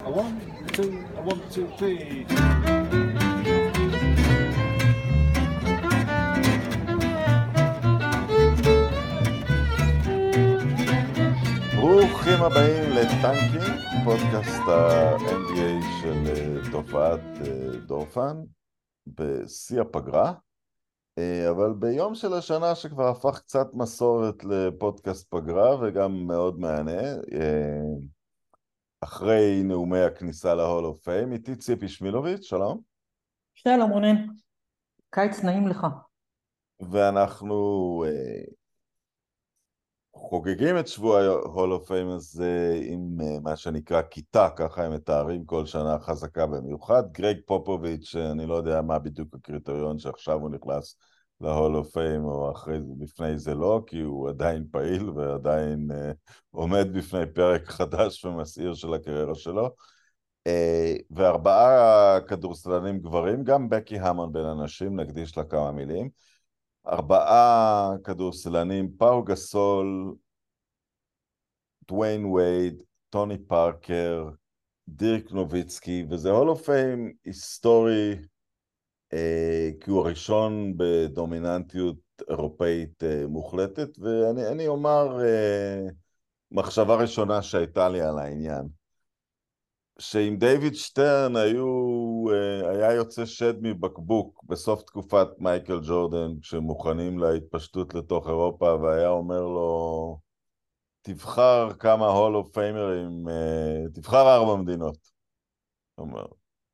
A one, two, a one, two, three. ברוכים הבאים לטנקים, פודקאסט ה-NBA של תופעת דורפן, בשיא הפגרה, אבל ביום של השנה שכבר הפך קצת מסורת לפודקאסט פגרה וגם מאוד מענה, אחרי נאומי הכניסה להול אוף פיים, איתי ציפי שמילוביץ', שלום. שלום רונן, קיץ נעים לך. ואנחנו חוגגים את שבוע הול אוף פיים הזה עם מה שנקרא כיתה, ככה הם מתארים כל שנה חזקה במיוחד. גרג פופוביץ', אני לא יודע מה בדיוק הקריטריון שעכשיו הוא נכנס להול אוף פיים או לפני זה לא, כי הוא עדיין פעיל ועדיין עומד בפני פרק חדש ומסעיר של הקריירה שלו. וארבעה כדורסלנים גברים, גם בקי המון בין אנשים, נקדיש לה כמה מילים. ארבעה כדורסלנים, פאו גסול, דוויין וייד, טוני פארקר, דירק נוביצקי, וזה הול אוף פיים היסטורי, כי הוא הראשון בדומיננטיות אירופאית מוחלטת, ואני אומר מחשבה ראשונה שהייתה לי על העניין. שאם דיוויד שטרן היה יוצא שד מבקבוק בסוף תקופת מייקל ג'ורדן, כשמוכנים להתפשטות לתוך אירופה, והיה אומר לו, תבחר כמה הול אוף פיימרים, תבחר 4 מדינות. אומר,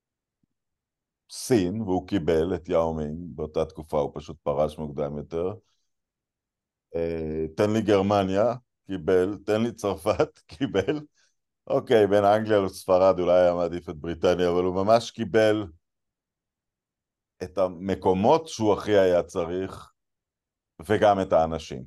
סין, והוא קיבל את יאומינג, באותה תקופה הוא פשוט פרש מוקדם יותר. תן לי גרמניה, קיבל, תן לי צרפת, קיבל. אוקיי, בין אנגליה לספרד אולי היה מעדיף את בריטניה, אבל הוא ממש קיבל את המקומות שהוא הכי היה צריך, וגם את האנשים.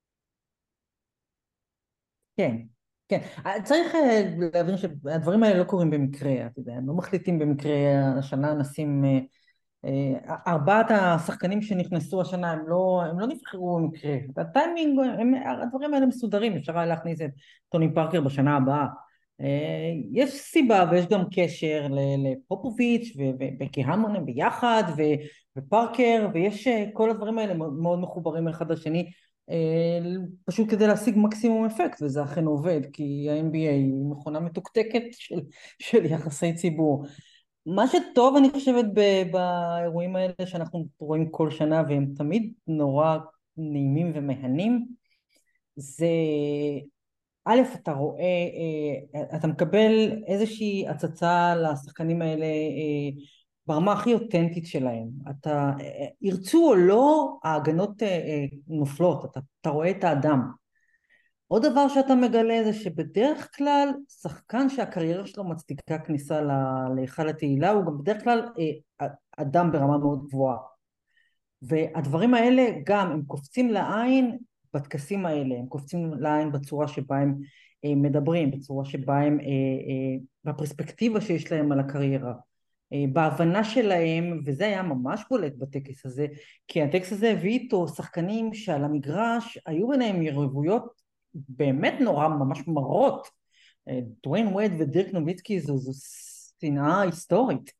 כן, כן. צריך להבין שהדברים האלה לא קורים במקרה, אתה יודע, הם לא מחליטים במקרה, השנה נשים, ארבעת השחקנים שנכנסו השנה, הם לא נבחרו במקרה. הטיימינג, הדברים האלה מסודרים, אפשר היה להכניס את טוני פארקר בשנה הבאה. יש סיבה ויש גם קשר לפופוביץ' ובקי המון הם ביחד ופארקר, ויש כל הדברים האלה מאוד מחוברים אחד לשני, פשוט כדי להשיג מקסימום אפקט, וזה אכן עובד, כי ה-NBA היא מכונה מתוקתקת של יחסי ציבור. מה שטוב אני חושבת באירועים האלה שאנחנו רואים כל שנה, והם תמיד נורא נעימים ומהנים, זה א', אתה רואה, אתה מקבל איזושהי הצצה לשחקנים האלה ברמה הכי אותנטית שלהם. ירצו או לא, ההגנות נופלות, אתה רואה את האדם. עוד דבר שאתה מגלה זה שבדרך כלל שחקן שהקריירה שלו מצדיקה כניסה להיכל התהילה, הוא גם בדרך כלל אדם ברמה מאוד גבוהה. והדברים האלה גם הם קופצים לעין בטקסים האלה, הם קופצים לעין בצורה שבה הם מדברים, בצורה שבה הם, בפרספקטיבה שיש להם על הקריירה, בהבנה שלהם, וזה היה ממש בולט בטקס הזה, כי הטקס הזה הביא איתו שחקנים שעל המגרש היו ביניהם יריבויות באמת נורא ממש מרות. דוויין וייד ודירק נוביצקי זו שנאה היסטורית,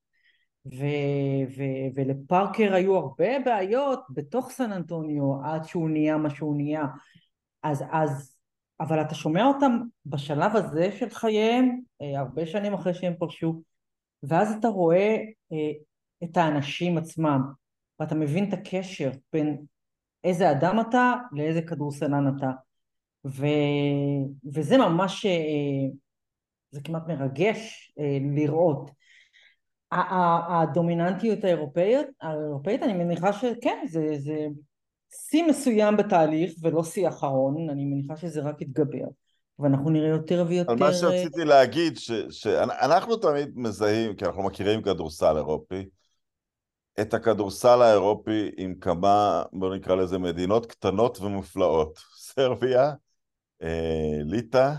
ולפארקר היו הרבה בעיות בתוך סן אנטוניו עד שהוא נהיה מה שהוא נהיה. אבל אתה שומע אותם בשלב הזה של חייהם, הרבה שנים אחרי שהם פרשו, ואז אתה רואה את האנשים עצמם, ואתה מבין את הקשר בין איזה אדם אתה לאיזה כדורסלן אתה, וזה ממש, זה כמעט מרגש לראות. הדומיננטיות האירופאית, אני מניחה שכן, זה שיא מסוים בתהליך ולא שיא אחרון, אני מניחה שזה רק יתגבר, ואנחנו נראה יותר ויותר. על מה שרציתי להגיד, שאנחנו תמיד מזהים, כי אנחנו מכירים כדורסל אירופי, את הכדורסל האירופי עם כמה, בוא נקרא לזה, מדינות קטנות ומופלאות. סרביה, ליטא,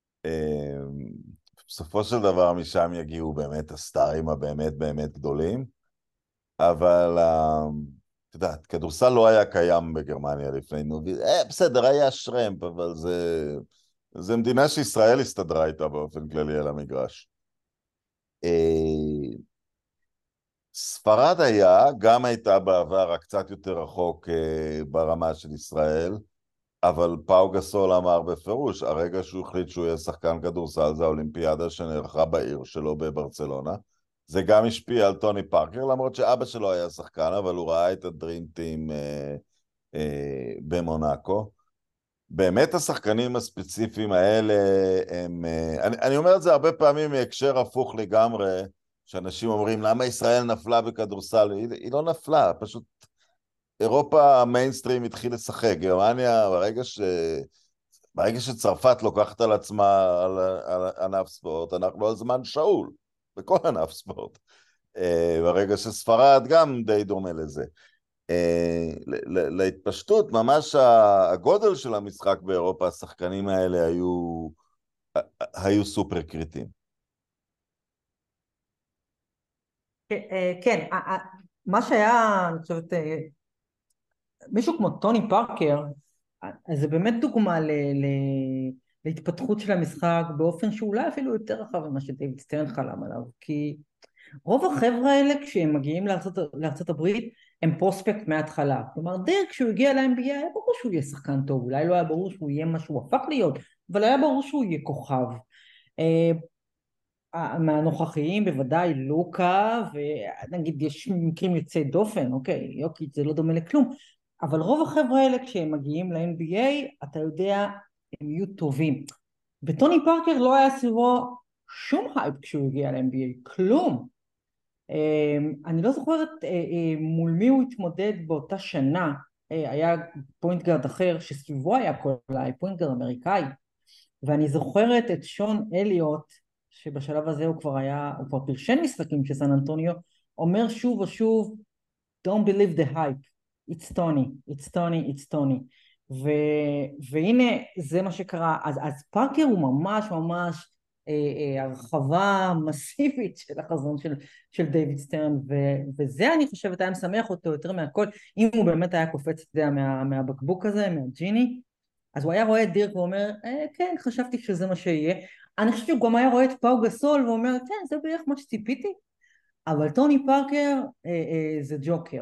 בסופו של דבר משם יגיעו באמת הסטארים הבאמת באמת גדולים, אבל את יודעת, כדורסל לא היה קיים בגרמניה לפני, בסדר, היה שרמפ, אבל זה מדינה שישראל הסתדרה איתה באופן כללי על המגרש. ספרד גם הייתה בעבר הקצת יותר רחוק ברמה של ישראל, אבל פאו גסול אמר בפירוש, הרגע שהוא החליט שהוא יהיה שחקן כדורסל, זה האולימפיאדה שנערכה בעיר שלו בברצלונה. זה גם השפיע על טוני פארקר, למרות שאבא שלו היה שחקן, אבל הוא ראה את הדרים טים במונאקו. באמת השחקנים הספציפיים האלה הם... אני אומר את זה הרבה פעמים מהקשר הפוך לגמרי, שאנשים אומרים, למה ישראל נפלה בכדורסל? היא לא נפלה, פשוט אירופה המיינסטרים התחיל לשחק. גרמניה, ברגע שצרפת לוקחת על עצמה על ענף ספורט, אנחנו על זמן שאול, בכל ענף ספורט. ברגע שספרד גם די דומה לזה. להתפשטות, ממש הגודל של המשחק באירופה, השחקנים האלה היו סופר קריטיים. כן, מה שהיה, אני חושבת, מישהו כמו טוני פארקר, זה באמת דוגמה להתפתחות של המשחק באופן שאולי אפילו יותר רחב ממה שדייוויד סטרן חלם עליו, כי רוב החבר'ה האלה כשהם מגיעים לארצות הברית הם פרוספקט מההתחלה. כלומר, דירק כשהוא הגיע ל-NBA היה ברור שהוא יהיה שחקן טוב, אולי לא היה ברור שהוא יהיה מה שהוא הפך להיות, אבל היה ברור שהוא יהיה כוכב. מהנוכחיים בוודאי לוקה, ונגיד יש מקרים יוצאי דופן, אוקיי, יוקיץ' זה לא דומה לכלום, אבל רוב החבר'ה האלה כשהם מגיעים ל-NBA, אתה יודע, הם יהיו טובים. וטוני פארקר לא היה סביבו שום הייפ כשהוא הגיע ל-NBA, כלום. אני לא זוכרת מול מי הוא התמודד באותה שנה, היה פוינט גארד אחר שסביבו היה כל פוינט גארד אמריקאי, ואני זוכרת את שון אליוט, שבשלב הזה הוא כבר פרשן משחקים של סן אנטוניו, אומר שוב ושוב, don't believe the hype, it's Tony, it's Tony, it's Tony. והנה זה מה שקרה. אז פארקר הוא ממש ממש הרחבה מסיבית של החזון של דיוויד סטרן, וזה אני חושבת היה משמח אותו יותר מהכל. אם הוא באמת היה קופץ מהבקבוק הזה, מהג'יני, אז הוא היה רואה את דירק ואומר, כן, חשבתי שזה מה שיהיה. אני חושבת שהוא גם היה רואה את פאו גסול ואומר, כן, זה בערך מה שציפיתי. אבל טוני פארקר זה ג'וקר,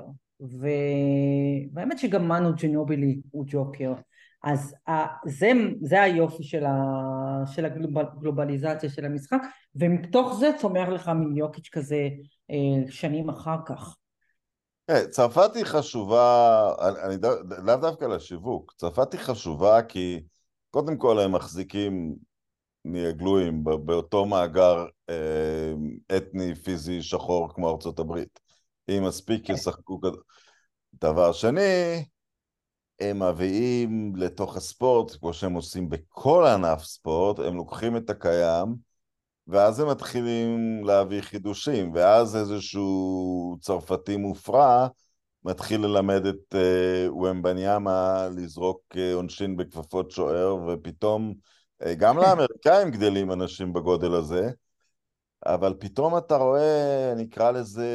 והאמת שגם מנו ג'ינובילי הוא ג'וקר. אז זה היופי של הגלובליזציה של המשחק, ומתוך זה צומח לך מיוקיץ' כזה שנים אחר כך. צרפת היא חשובה, לאו דווקא לשיווק, צרפת היא חשובה כי קודם כל הם מחזיקים נהיה גלויים באותו מאגר אתני, פיזי, שחור כמו ארצות הברית. אם מספיק ישחקו דבר שני, הם מביאים לתוך הספורט, כמו שהם עושים בכל ענף ספורט, הם לוקחים את הקיים, ואז הם מתחילים להביא חידושים, ואז איזשהו צרפתי מופרע מתחיל ללמד את ומבניאמה לזרוק עונשין בכפפות שוער, ופתאום גם לאמריקאים גדלים אנשים בגודל הזה, אבל פתאום אתה רואה, נקרא לזה,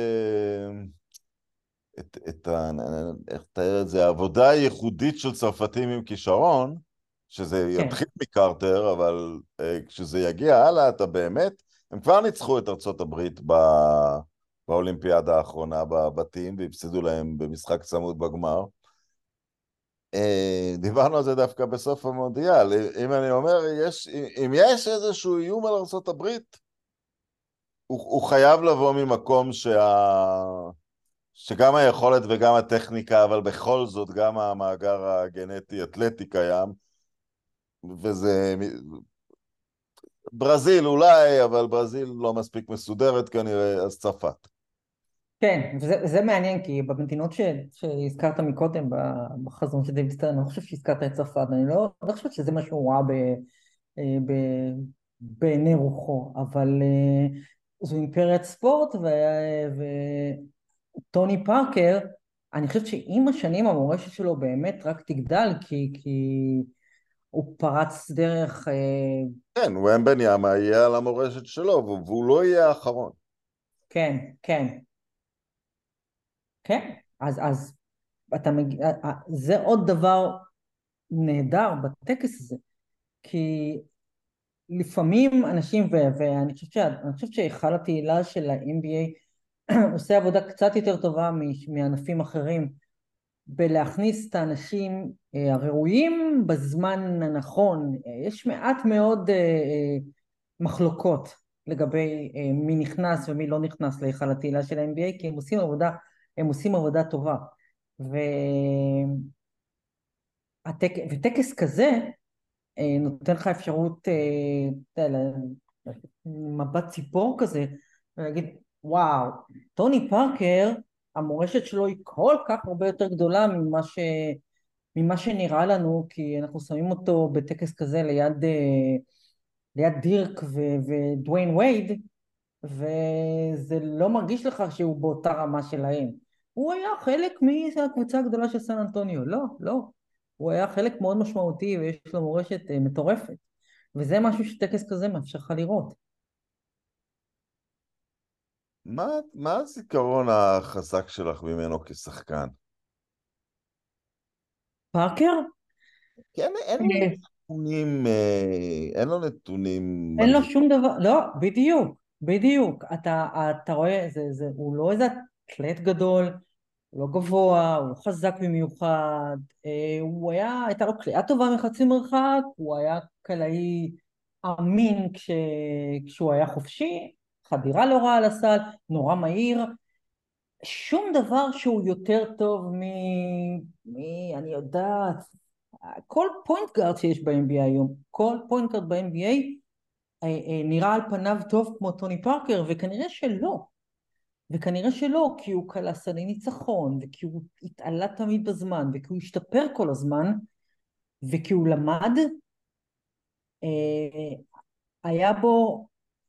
איך תאר את זה, העבודה הייחודית של צרפתים עם כישרון, שזה יתחיל מקרטר, אבל כשזה יגיע הלאה, אתה באמת, הם כבר ניצחו את ארצות הברית באולימפיאדה האחרונה בבתים, והפסידו להם במשחק צמוד בגמר. דיברנו על זה דווקא בסוף המונדיאל. אם אני אומר, אם יש איזשהו איום על ארצות הברית, הוא חייב לבוא ממקום שגם היכולת וגם הטכניקה, אבל בכל זאת גם המאגר הגנטי אתלטי קיים, וזה ברזיל אולי, אבל ברזיל לא מספיק מסודרת כנראה, אז צרפת. כן, וזה מעניין, כי במדינות שהזכרת מקודם, בחזון של דיוויד סטרן, אני לא חושב שהזכרת את צרפת, אני לא חושבת שזה מה שהוא ראה בעיני רוחו, אבל זו אימפריית ספורט, וטוני פארקר, אני חושבת שעם השנים המורשת שלו באמת רק תגדל, כי הוא פרץ דרך... כן, ומבניאמה יהיה על המורשת שלו, והוא לא יהיה האחרון. כן, כן. כן, אז זה עוד דבר נהדר בטקס הזה, כי לפעמים אנשים, ואני חושבת שהיכל התהילה של ה-MBA עושה עבודה קצת יותר טובה מענפים אחרים, בלהכניס את האנשים הראויים בזמן הנכון. יש מעט מאוד מחלוקות לגבי מי נכנס ומי לא נכנס להיכל התהילה של ה-MBA, כי הם עושים עבודה טובה. וטקס כזה נותן לך אפשרות, מבט ציפור כזה, ולהגיד, וואו, טוני פארקר, המורשת שלו היא כל כך הרבה יותר גדולה ממה שנראה לנו, כי אנחנו שמים אותו בטקס כזה ליד דירק ודוויין וייד, וזה לא מרגיש לך שהוא באותה רמה שלהם. הוא היה חלק מהקבוצה הגדולה של סן אנטוניו, לא. הוא היה חלק מאוד משמעותי ויש לו מורשת מטורפת. וזה משהו שטקס כזה מאפשר לך לראות. מה הזיכרון החזק שלך ממנו כשחקן? פארקר? כן, אין לו נתונים אין לו מדהים. שום דבר, לא, בדיוק. אתה רואה, הוא לא איזה אתלט גדול, הוא לא גבוה, הוא לא חזק במיוחד, הייתה לו קליעה טובה מחצי מרחק, הוא היה קלעי אמין כשהוא היה חופשי, חדירה לא רעה לסל, נורא מהיר, שום דבר שהוא יותר טוב אני יודעת, כל פוינט גארד שיש ב-NBA היום, כל פוינט גארד ב-NBA נראה על פניו טוב כמו טוני פארקר, וכנראה שלא, כי הוא קלע סלי ניצחון, וכי הוא התעלה תמיד בזמן, וכי הוא השתפר כל הזמן, וכי הוא למד, היה בו,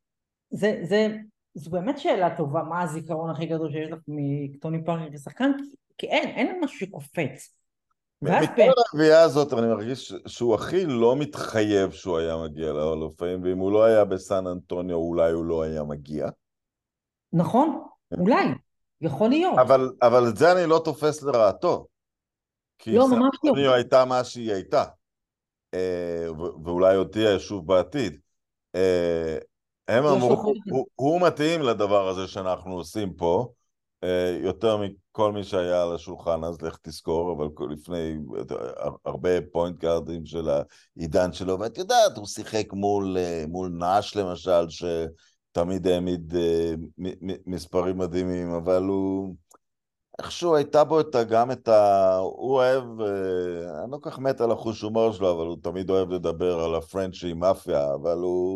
זו באמת שאלה טובה, מה הזיכרון הכי גדול שיש לך מטוני פארקר כשחקן, כי אין משהו שקופץ. מכל הרביעייה הזאת אני מרגיש שהוא הכי לא מתחייב שהוא היה מגיע להול אוף פיים, ואם הוא לא היה בסן אנטוניו אולי הוא לא היה מגיע. נכון, אולי, יכול להיות. אבל את זה אני לא תופס לרעתו. כי לא, סן ממש לא. אנטוניו הייתה מה שהיא הייתה. ואולי עוד תהיה שוב בעתיד. הם אמרו, הוא מתאים לדבר הזה שאנחנו עושים פה, יותר מכל מי שהיה על השולחן, אז לך תזכור, אבל לפני הרבה פוינט גארדים של העידן שלו, ואת יודעת, הוא שיחק מול נאש למשל, שתמיד העמיד מספרים מדהימים, אבל הוא איכשהו הייתה בו גם הוא אוהב, אני לא כך מת על החוש הומור שלו, אבל הוא תמיד אוהב לדבר על הפרנצ'י מאפיה, אבל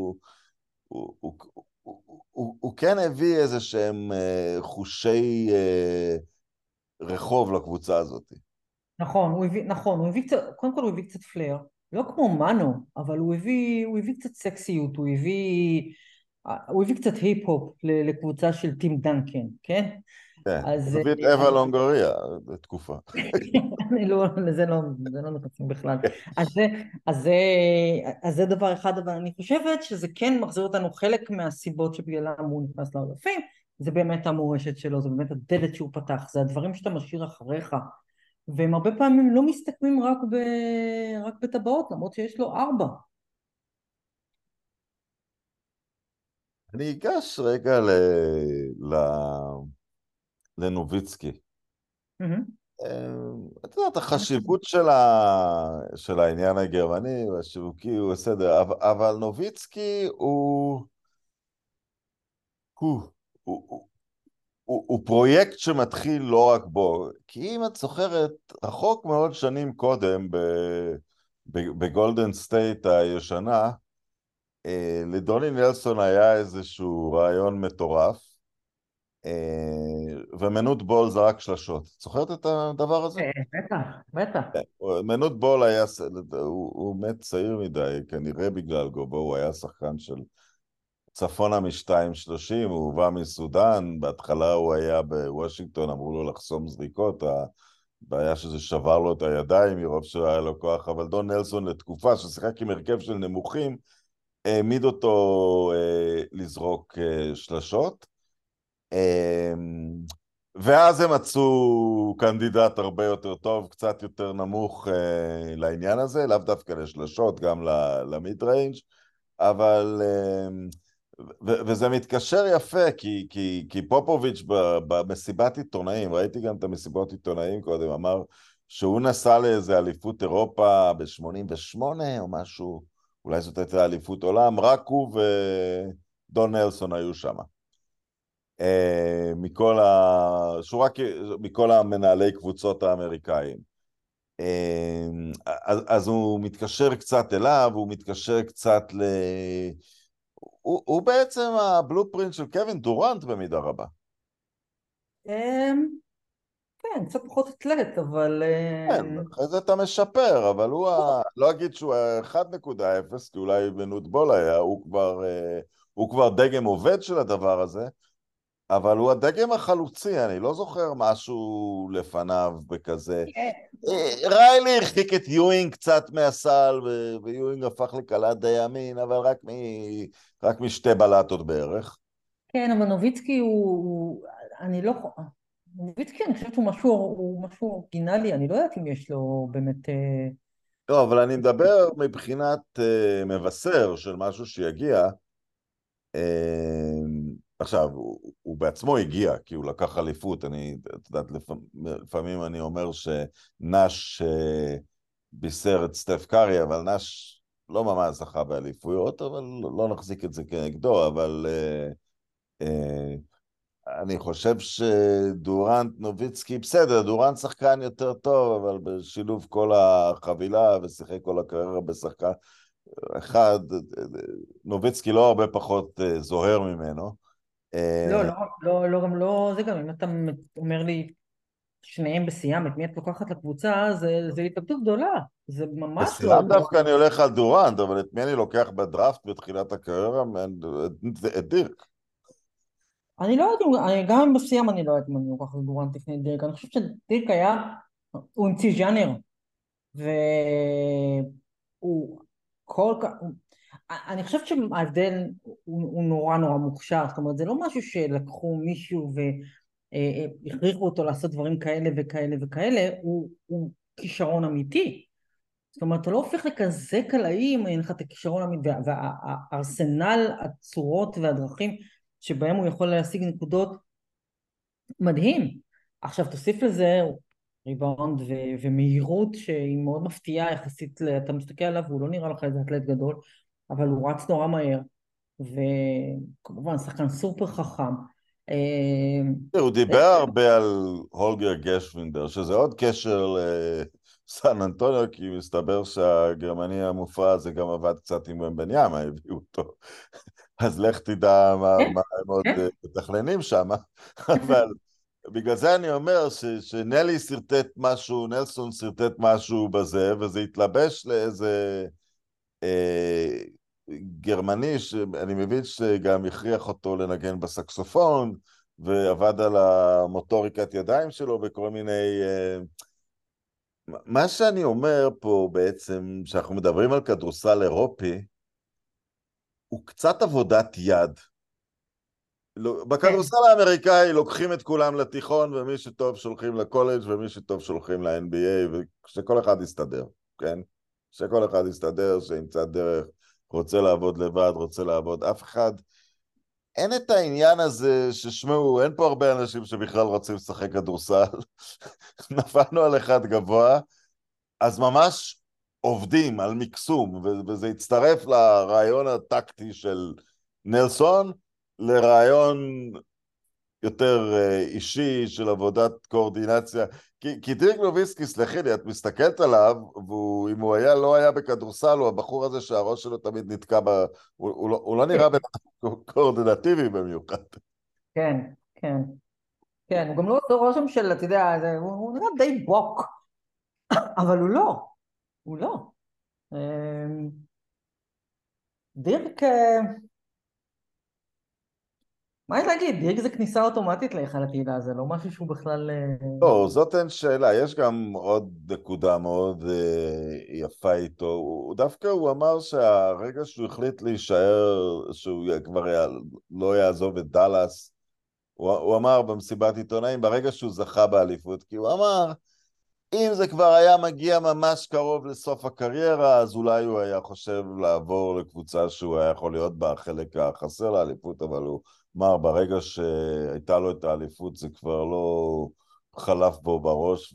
הוא כן הביא איזה שהם חושי רחוב לקבוצה הזאת. נכון, הוא הביא קצת, קודם כל הוא הביא קצת פלר, לא כמו מנו, אבל הוא הביא קצת סקסיות, הוא הביא קצת היפ-הופ לקבוצה של טים דנקן, כן? כן, אז הוא הביא את אווה לונגוריה בתקופה. זה לא נכנסים בכלל. אז זה דבר אחד, אבל אני חושבת שזה כן מחזיר אותנו, חלק מהסיבות שבגללם הוא נכנס לעודפים, זה באמת המורשת שלו, זה באמת הדלת שהוא פתח, זה הדברים שאתה משאיר אחריך, והם הרבה פעמים לא מסתכמים רק בטבעות, למרות שיש לו 4. אני אגש רגע לנוביצקי. את יודעת, החשיבות של העניין הגרמני והשיווקי הוא בסדר, אבל נוביצקי הוא פרויקט שמתחיל לא רק בו, כי אם את זוכרת, רחוק מאוד שנים קודם בגולדן סטייט הישנה, לדוני נלסון היה איזשהו רעיון מטורף, ומנוט בול זרק שלשות. זוכרת את הדבר הזה? בטח. מנוט בול היה, הוא מת צעיר מדי, כנראה בגלל גובו, הוא היה שחקן של צפונה מ-2.30, הוא בא מסודן, בהתחלה הוא היה בוושינגטון, אמרו לו לחסום זריקות, הבעיה שזה שבר לו את הידיים, מרוב שהיה לו כוח, אבל דון נלסון לתקופה ששיחק עם הרכב של נמוכים, העמיד אותו לזרוק שלשות, ואז הם מצאו קנדידט הרבה יותר טוב, קצת יותר נמוך לעניין הזה, לאו דווקא לשלשות, גם למיד ריינג', אבל וזה מתקשר יפה, כי פופוביץ' במסיבת עיתונאים, ראיתי גם את המסיבות עיתונאים קודם, אמר שהוא נסע לאיזה אליפות אירופה ב-88 או משהו, אולי זאת הייתה אליפות עולם, רק הוא ודון נלסון היו שם. מכל המנהלי קבוצות האמריקאים. אז הוא מתקשר קצת אליו, הוא מתקשר קצת הוא בעצם הבלופרינט של קווין דורנט במידה רבה. כן, קצת פחות אתלט, אבל... כן, אחרי זה אתה משפר, אבל לא אגיד שהוא 1.0, כי אולי בנוטבול היה, הוא כבר דגם עובד של הדבר הזה, אבל הוא הדגם החלוצי, אני לא זוכר משהו לפניו בכזה. ריילי הרחיק את יואינג קצת מהסל, ויואינג הפך לקלת די ימין, אבל רק משתי בלטות בערך. כן, אבל נוביצקי אני לא... נוביצקי, אני חושבת שהוא משהו אורגינלי, אני לא יודעת אם יש לו באמת... לא, אבל אני מדבר מבחינת מבשר של משהו שיגיע. עכשיו, הוא בעצמו הגיע, כי הוא לקח אליפות. את יודעת, לפעמים אני אומר שנש בישר את סטף קארי, אבל נש לא ממש זכה באליפויות, אבל לא נחזיק את זה כנגדו, אבל אני חושב שדורנט נוביצקי, בסדר, דורנט שחקן יותר טוב, אבל בשילוב כל החבילה ושיחק כל הקריירה בשחקן אחד, נוביצקי לא הרבה פחות זוהר ממנו. לא, גם לא, זה גם אם אתה אומר לי שניהם בשיאם, את מי את לוקחת לקבוצה, זה התלבטות גדולה, זה ממש לא... בשיאם דווקא אני הולך על דורנט, אבל את מי אני לוקח בדראפט בתחילת הקריירה? את דירק. אני לא יודעת, גם בשיאם אני לא יודעת אם אני לוקחת דורנט לפני דירק, אני חושבת שדירק הוא המציא ז'אנר, והוא כל כך... אני חושבת שההבדל הוא נורא נורא מוכשר, זאת אומרת זה לא משהו שלקחו מישהו והכריחו אותו לעשות דברים כאלה וכאלה וכאלה, הוא כישרון אמיתי, זאת אומרת אתה לא הופך לכזה קלעי אם אין לך את הכישרון האמיתי, והארסנל הצורות והדרכים שבהם הוא יכול להשיג נקודות מדהים. עכשיו תוסיף לזה ריבאונד ומהירות שהיא מאוד מפתיעה יחסית, אתה מסתכל עליו והוא לא נראה לך איזה אתלט גדול, אבל הוא רץ נורא מהר, וכמובן שחקן סופר חכם. הוא דיבר הרבה על הולגר גשווינדר, שזה עוד קשר לסן אנטוניו, כי מסתבר שהגרמני המופרע הזה גם עבד קצת עם ומבניאמה, הביאו אותו. אז לך תדע מה הם עוד מתכננים שם, אבל בגלל זה אני אומר שנלי סרטט משהו, נלסון סרטט משהו בזה, וזה התלבש לאיזה גרמני, שאני מבין שגם הכריח אותו לנגן בסקסופון, ועבד על המוטוריקת ידיים שלו וכל מיני... מה שאני אומר פה בעצם, שאנחנו מדברים על כדורסל אירופי, הוא קצת עבודת יד. בכדורסל האמריקאי לוקחים את כולם לתיכון, ומי שטוב שולחים לקולג' ומי שטוב שולחים ל-NBA, ושכל אחד יסתדר, כן? שכל אחד יסתדר, שימצא דרך, רוצה לעבוד לבד, רוצה לעבוד אף אחד. אין את העניין הזה ששמעו, אין פה הרבה אנשים שבכלל רוצים לשחק כדורסל. נפלנו על אחד גבוה, אז ממש עובדים על מקסום, וזה הצטרף לרעיון הטקטי של נלסון, לרעיון יותר אישי של עבודת קואורדינציה, כי דירק נוביצקי, סלחי לי, את מסתכלת עליו, ואם הוא לא היה בכדורסל, הוא הבחור הזה שהראש שלו תמיד נתקע, הוא לא נראה קואורדינטיבי במיוחד. כן, כן, כן, הוא גם לא רושם של, אתה יודע, הוא נראה די בוק, אבל הוא לא. דירק, מה אני להגיד, דירק זה כניסה אוטומטית להיכל התהילה, זה לא משהו שהוא בכלל... לא, זאת אין שאלה, יש גם עוד נקודה מאוד יפה איתו, הוא אמר שהרגע שהוא החליט להישאר, שהוא כבר לא יעזוב את דלס, הוא אמר במסיבת עיתונאים, ברגע שהוא זכה באליפות, כי הוא אמר, אם זה כבר היה מגיע ממש קרוב לסוף הקריירה, אז אולי הוא היה חושב לעבור לקבוצה שהוא היה יכול להיות בה החלק החסר לאליפות, אבל הוא אמר, ברגע שהייתה לו את האליפות, זה כבר לא חלף בו בראש,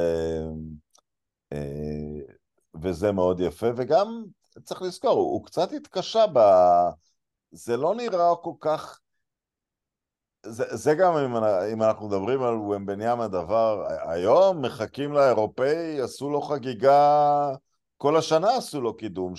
וזה מאוד יפה, וגם צריך לזכור, הוא קצת התקשה זה לא נראה כל כך, זה גם אם אנחנו מדברים על ומבניאמה דבר, היום מחכים לאירופאי, עשו לו חגיגה, כל השנה עשו לו קידום,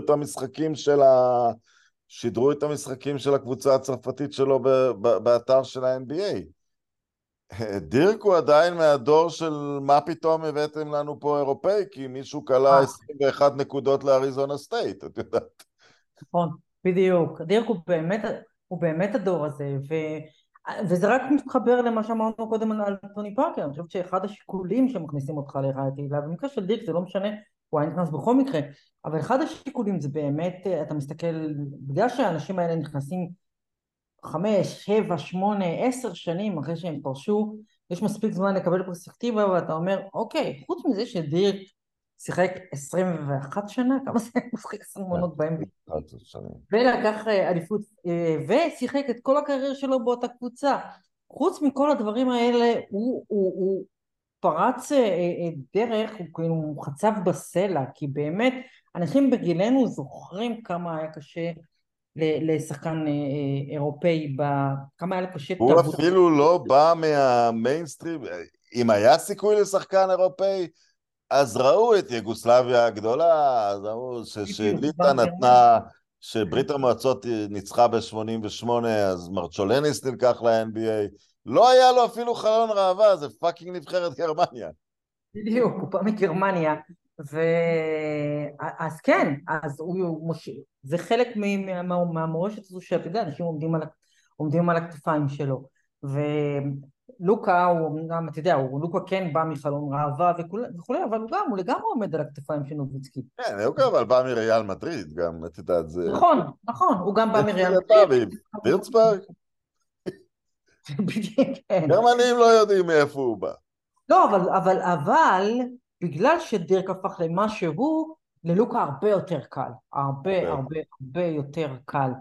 שידרו את המשחקים של הקבוצה הצרפתית שלו באתר של ה-NBA. דירק הוא עדיין מהדור של מה פתאום הבאתם לנו פה אירופאי, כי מישהו קלה 21 נקודות לאריזונה סטייט, את יודעת. נכון, בדיוק. דירק הוא באמת הדור הזה, וזה רק מתחבר למה שאמרנו קודם על טוני פארקר. אני חושבת שאחד השיקולים שמכניסים אותך לרעיית תהילה, במקרה של דירק זה לא משנה, הוא היה נכנס בכל מקרה, אבל אחד השיקולים זה באמת, אתה מסתכל, בגלל שהאנשים האלה נכנסים 5, 7, 8, 10 שנים אחרי שהם פרשו, יש מספיק זמן לקבל פרספקטיבה, ואתה אומר, אוקיי, חוץ מזה שדירק שיחק 21 שנה, כמה זה משחק 20 עונות ב-NBA, ולקח אליפות, ושיחק את כל הקריירה שלו באותה קבוצה. חוץ מכל הדברים האלה, הוא פרץ דרך, הוא חצב בסלע, כי באמת אנשים בגילנו זוכרים כמה היה קשה לשחקן אירופאי, כמה היה קשה הוא אפילו לא בא מהמיינסטרים, אם היה סיכוי לשחקן אירופאי, אז ראו את יוגוסלביה הגדולה, אז ראו שליטה נתנה, שברית המועצות ניצחה ב-88, אז מרצ'ולניס נלקח ל-NBA, לא היה לו אפילו חלון ראווה, זה פאקינג נבחרת גרמניה. בדיוק, הוא בא מגרמניה, אז כן, אז זה חלק מהמורשת הזו שאתה יודע, אנשים עומדים על הכתפיים שלו, ולוקה הוא, אתה יודע, לוקה כן בא מחלון ראווה וכולי, אבל הוא לגמרי עומד על הכתפיים של נוביצקי. כן, לוקה אבל בא מריאל מדריד גם, את יודעת, זה... נכון, הוא גם בא מריאל מדריד. וירצברג. גרמנים לא יודעים מאיפה הוא בא. לא, אבל בגלל שדירק הפך למה שהוא, ללוקה הרבה יותר קל, הרבה יותר קל.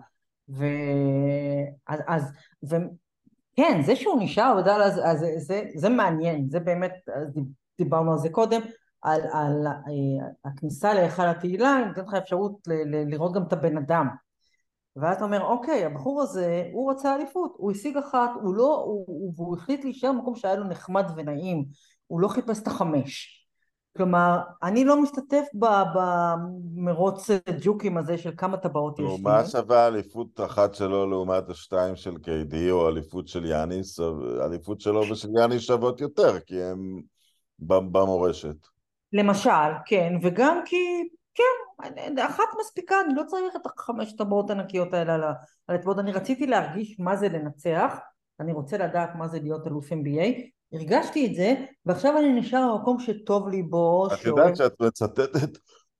כן, זה שהוא נשאר, זה מעניין, זה באמת, דיברנו על זה קודם, על הכניסה להיכל התהילה, נותנת לך אפשרות לראות גם את הבן אדם. ואז אתה אומר, אוקיי, הבחור הזה, הוא רצה אליפות, הוא השיג אחת, והוא החליט להישאר במקום שהיה לו נחמד ונעים, הוא לא חיפש את 5. כלומר, אני לא משתתף במרוץ ג'וקים הזה של כמה טבעות יש לי. מה שווה אליפות אחת שלו לעומת השתיים של קיידי, או אליפות של יאניס, אליפות שלו ושל יאניס שוות יותר, כי הם במורשת. למשל, כן, וגם כי, כן, אחת מספיקה, אני לא צריך את 5 טבעות ענקיות האלה על הטבעות, אני רציתי להרגיש מה זה לנצח, אני רוצה לדעת מה זה להיות אלוף NBA, הרגשתי את זה, ועכשיו אני נשאר במקום שטוב לי בו. את יודעת שאת מצטטת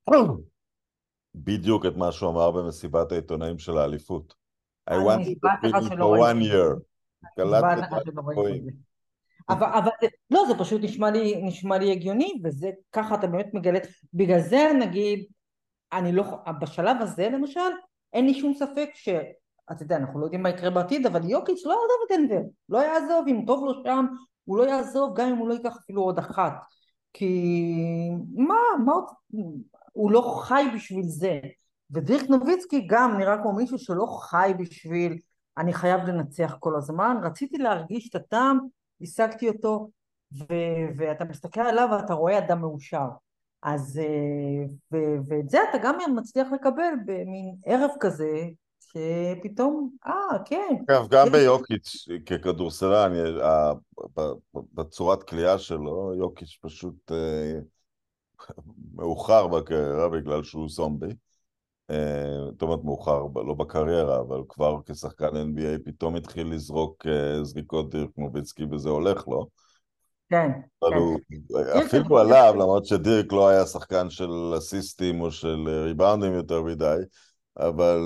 בדיוק את מה שהוא אמר במסיבת העיתונאים של האליפות. I wanted to finish for 1 year. אבל לא, זה פשוט נשמע לי הגיוני, וזה ככה אתה באמת מגלה, בגלל זה נגיד, אני לא, בשלב הזה למשל, אין לי שום ספק אתה יודע, אנחנו לא יודעים מה יקרה בעתיד, אבל יוקיץ' לא יעזוב את דנבר, לא יעזוב, אם טוב לו שם, הוא לא יעזוב, גם אם הוא לא ייקח אפילו עוד אחת, כי הוא לא חי בשביל זה, ודירק נוביצקי גם נראה כמו מישהו שלא חי בשביל, אני חייב לנצח כל הזמן, רציתי להרגיש את הטעם, השגתי אותו, ואתה מסתכל עליו ואתה רואה אדם מאושר, אז, ואת זה אתה גם מצליח לקבל במין ערב כזה, שפתאום, כן. גם ביוקיץ' ככדורסלן, בצורת קליעה שלו, יוקיץ' פשוט מאוחר בקריירה בגלל שהוא זומבי. זאת אומרת מאוחר, לא בקריירה, אבל כבר כשחקן NBA פתאום התחיל לזרוק זריקות דירק נוביצקי וזה הולך לו. כן. אבל הוא אפילו עליו, למרות שדירק לא היה שחקן של אסיסטים או של ריבאונדים יותר מדי, אבל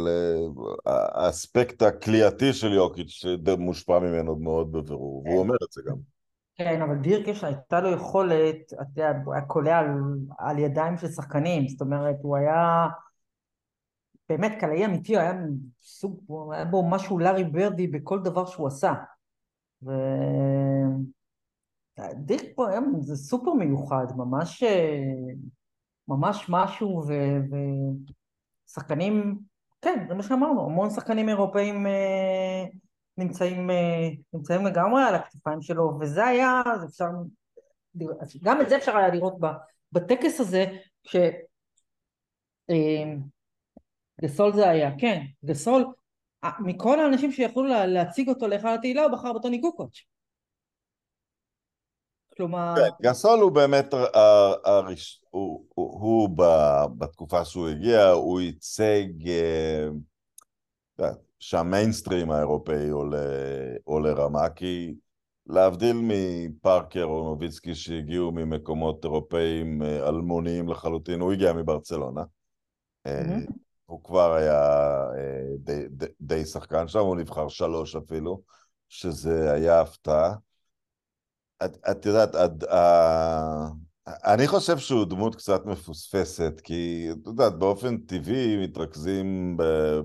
האספקט הקליעתי של יוקיץ' מושפע ממנו מאוד בבירור, והוא אומר את זה גם. כן, אבל דירק הייתה לו יכולת, אתה יודע, הוא היה קולע על ידיים של שחקנים, זאת אומרת, הוא היה באמת קלעי אמיתי, היה היה בו משהו לארי ברדי בכל דבר שהוא עשה. ודירק פה היום זה סופר מיוחד, ממש, ממש משהו, ושחקנים, כן, זה מה שאמרנו, המון שחקנים אירופאים נמצאים לגמרי על הכתפיים שלו, וזה היה, זה אפשר, גם את זה אפשר היה לראות בטקס הזה, גסול זה היה, כן, גסול, מכל האנשים שיכולו להציג אותו להיכל התהילה, הוא בחר בטוני קוקוץ'. כלומר, גסול הוא באמת, הוא בתקופה שהוא הגיע, הוא ייצג שהמיינסטרים האירופאי עולה רמה, כי להבדיל מפארקר או נוביצקי שהגיעו ממקומות אירופאים אלמוניים לחלוטין, הוא הגיע מברצלונה. הוא כבר היה די שחקן שם, הוא נבחר 3 אפילו, שזה היה הפתעה. את יודעת, אני חושב שהוא דמות קצת מפוספסת, כי את יודעת, באופן טבעי מתרכזים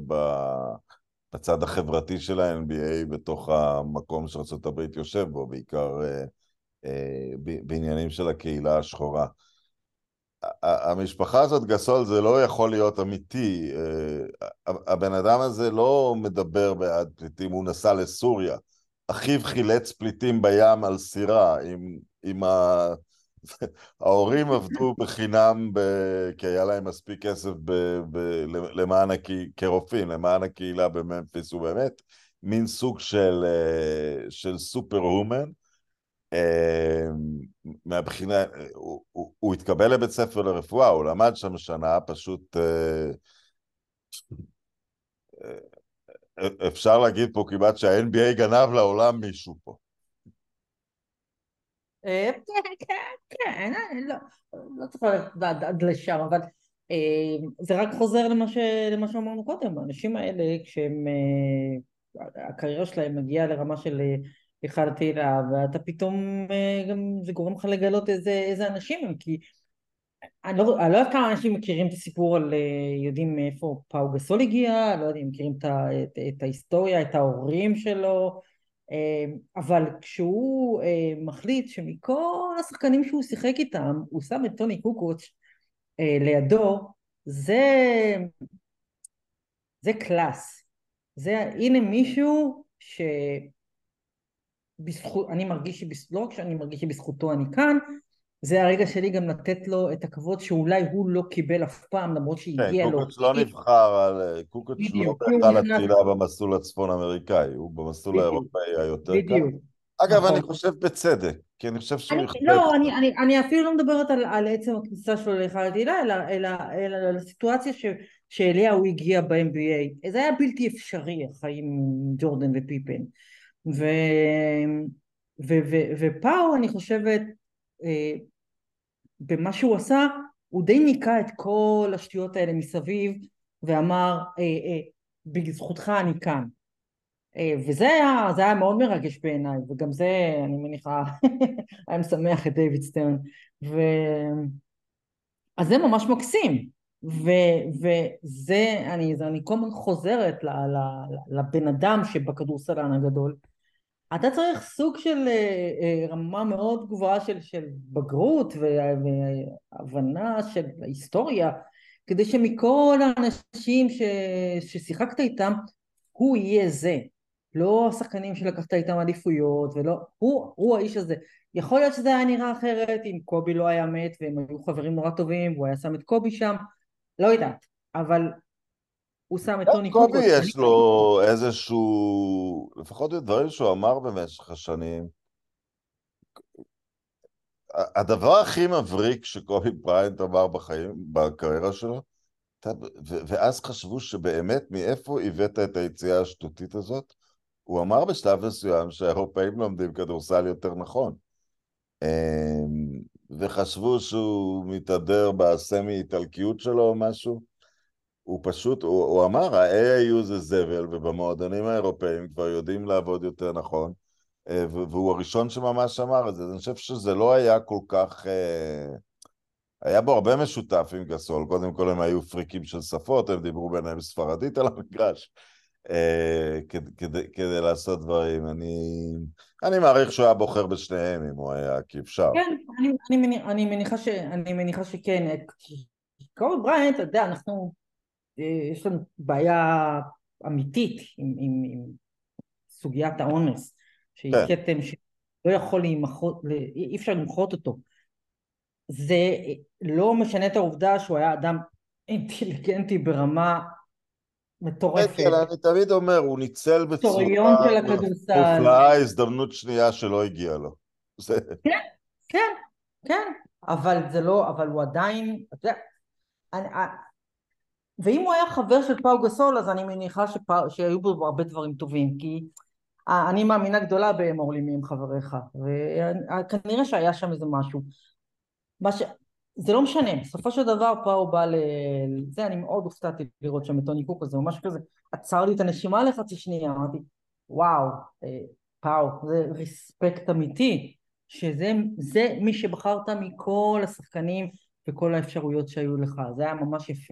בצד החברתי של ה-NBA בתוך המקום שארצות הברית יושב בו, בעיקר בעניינים של הקהילה השחורה. המשפחה הזאת, גסול, זה לא יכול להיות אמיתי. הבן אדם הזה לא מדבר בעד פליטים, הוא נסע לסוריה. אחיו חילץ פליטים בים על סירה, ההורים עבדו בחינם, כי היה להם מספיק כסף כרופאים, למען הקהילה בממפיס, הוא באמת מין סוג של סופר הומן. מהבחינה, הוא התקבל לבית ספר לרפואה, הוא למד שם שנה, פשוט אפשר להגיד פה כמעט שה-NBA גנב לעולם מישהו פה. כן, לא צריך ללכת עד לשם, אבל זה רק חוזר למה שאמרנו קודם, האנשים האלה, כשהם, הקריירה שלהם מגיעה לרמה של היכל התהילה, ואתה פתאום, גם זה גורם לך לגלות איזה אנשים הם, כי אני לא יודעת כמה אנשים מכירים את הסיפור יודעים מאיפה פאו גסול הגיע, לא יודעים, מכירים את ההיסטוריה, את ההורים שלו, אבל כשהוא מחליט שמכל השחקנים שהוא שיחק איתם, הוא שם את טוני קוקוץ' לידו, זה קלאס. הנה מישהו אני מרגיש, לא רק שאני מרגיש שבזכותו אני כאן, זה הרגע שלי גם לתת לו את הכבוד שאולי הוא לא קיבל אף פעם, למרות שהגיע לו. קוקוץ' לא נבחר, קוקוץ' לא בכלל התחילה במסלול הצפון אמריקאי, הוא במסלול האירופאי היותר קל. אגב, אני חושב בצדק, כי אני חושב שהוא יחפש... לא, אני אפילו לא מדברת על עצם הכניסה שלו להיכל התהילה, אלא על הסיטואציה שאליה הוא הגיע ב-NBA. זה היה בלתי אפשרי, החיים עם ג'ורדן ופיפן. ופאו, אני חושבת, במה שהוא עשה, הוא די ניקה את כל השטויות האלה מסביב, ואמר, בזכותך אני כאן. וזה היה מאוד מרגש בעיניי, וגם זה, אני מניחה, היה משמח את דיוויד סטרן. אז זה ממש מקסים. וזה, אני כל הזמן חוזרת לבן אדם שבכדורסלן הגדול, אתה צריך סוג של רמה מאוד גבוהה של בגרות והבנה של ההיסטוריה, כדי שמכל האנשים ששיחקת איתם, הוא יהיה זה. לא השחקנים שלקחת איתם עדיפויות, הוא האיש הזה. יכול להיות שזה היה נראה אחרת אם קובי לא היה מת והם היו חברים נורא טובים והוא היה שם את קובי שם, לא יודעת, אבל הוא שם את טוני קוקוץ'. קובי יש לו איזשהו, לפחות דברים שהוא אמר במשך השנים, הדבר הכי מבריק שקובי בריינט אמר בקריירה שלו, ואז חשבו שבאמת מאיפה הבאת את היציאה השטותית הזאת, הוא אמר בשלב מסוים שהאירופאים לומדים כדורסל יותר נכון, וחשבו שהוא מתהדר בסמי-איטלקיות שלו או משהו. הוא פשוט, הוא אמר, ה-AAU זה זבל, ובמועדונים האירופאים כבר יודעים לעבוד יותר נכון. והוא הראשון שממש אמר את זה. אני חושב שזה לא היה כל כך... היה בו הרבה משותף עם גסול. קודם כל הם היו פריקים של שפות, הם דיברו ביניהם ספרדית על המגרש, כדי לעשות דברים. אני מעריך שהוא היה בוחר בשניהם אם הוא היה, כי אפשר. כן, אני מניחה שכן. קובי בריינט, אתה יודע, יש לנו בעיה אמיתית עם סוגיית האונס, שהיא כן. כתם שלא יכול להימחות, אי אפשר למחות אותו. זה לא משנה את העובדה שהוא היה אדם אינטליגנטי ברמה מטורפת. כן, אני תמיד אומר, הוא ניצל היסטוריון בצורה של הכדורסל. מופלאה הזדמנות שנייה שלא הגיעה לו. כן, כן, כן, אבל זה לא, אבל הוא עדיין, אתה יודע, ואם הוא היה חבר של פאו גסול, אז אני מניחה שהיו בו הרבה דברים טובים, כי אני מאמינה גדולה באמור מי הם חבריך, וכנראה שהיה שם איזה משהו. זה לא משנה, בסופו של דבר פאו בא זה, אני מאוד הופתעתי לראות שם את טוני קוק, זה ממש כזה, עצר לי את הנשימה לחצי שנייה, אמרתי, וואו, פאו, זה ריספקט אמיתי, שזה מי שבחרת מכל השחקנים וכל האפשרויות שהיו לך, זה היה ממש יפה.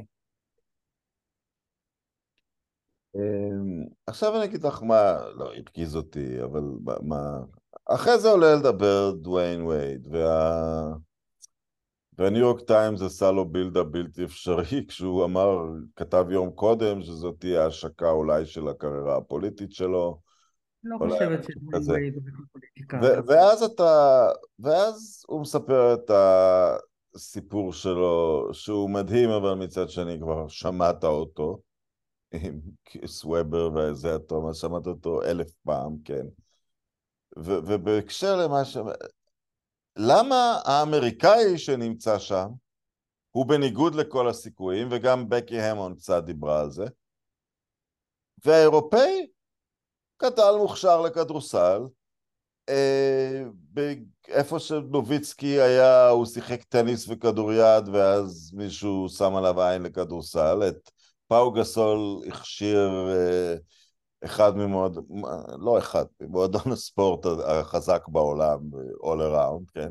עכשיו אני אגיד לך מה, לא, הפגיז אותי, אבל מה... אחרי זה עולה לדבר דוויין וייד, והניו יורק טיימס עשה לו בילדה בלתי אפשרי, כשהוא אמר, כתב יום קודם, שזאת תהיה ההשקה אולי של הקריירה הפוליטית שלו. לא חושבת שדוויין וייד הוא פוליטיקה. ואז הוא מספר את הסיפור שלו, שהוא מדהים, אבל מצד שני כבר שמעת אותו, עם סוובר ואיזה תומאס, שמעת אותו 1000 פעם, כן. ובהקשר למה למה האמריקאי שנמצא שם, הוא בניגוד לכל הסיכויים, וגם בקי המון קצת דיברה על זה, והאירופאי קטל מוכשר לכדורסל, איפה שנוביצקי היה, הוא שיחק טניס וכדוריד, ואז מישהו שם עליו עין לכדורסל, את פאו גסול הכשיר אחד ממועדון הספורט החזק בעולם, all around, כן?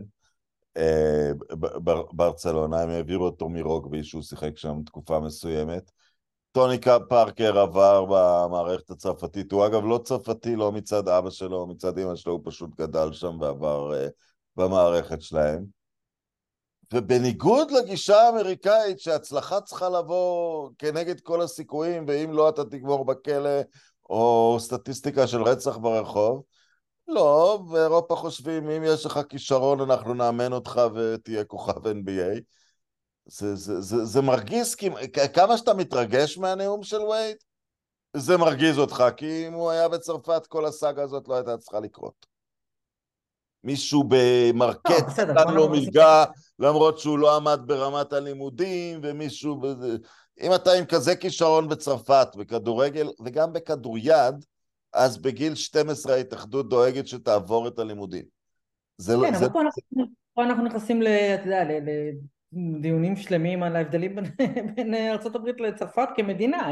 ברצלונה, הם העבירו אותו מרוגבי שהוא שיחק שם תקופה מסוימת. טוני פארקר עבר במערכת הצרפתית, הוא אגב לא צרפתי, לא מצד אבא שלו, מצד אמא שלו, הוא פשוט גדל שם ועבר במערכת שלהם. ובניגוד לגישה האמריקאית שהצלחה צריכה לבוא כנגד כל הסיכויים, ואם לא אתה תגמור בכלא, או סטטיסטיקה של רצח ברחוב, לא, באירופה חושבים, אם יש לך כישרון, אנחנו נאמן אותך ותהיה כוכב NBA. זה מרגיז, כמה שאתה מתרגש מהנאום של וייד, זה מרגיז אותך, כי אם הוא היה בצרפת, כל הסאגה הזאת לא הייתה צריכה לקרות. מישהו במרקט נתן לו מלגה, למרות שהוא לא עמד ברמת הלימודים, ומישהו... אם אתה עם כזה כישרון בצרפת, בכדורגל, וגם בכדוריד, אז בגיל 12 ההתאחדות דואגת שתעבור את הלימודים. כן, אבל פה אנחנו נכנסים לדיונים שלמים על ההבדלים בין ארצות הברית לצרפת כמדינה,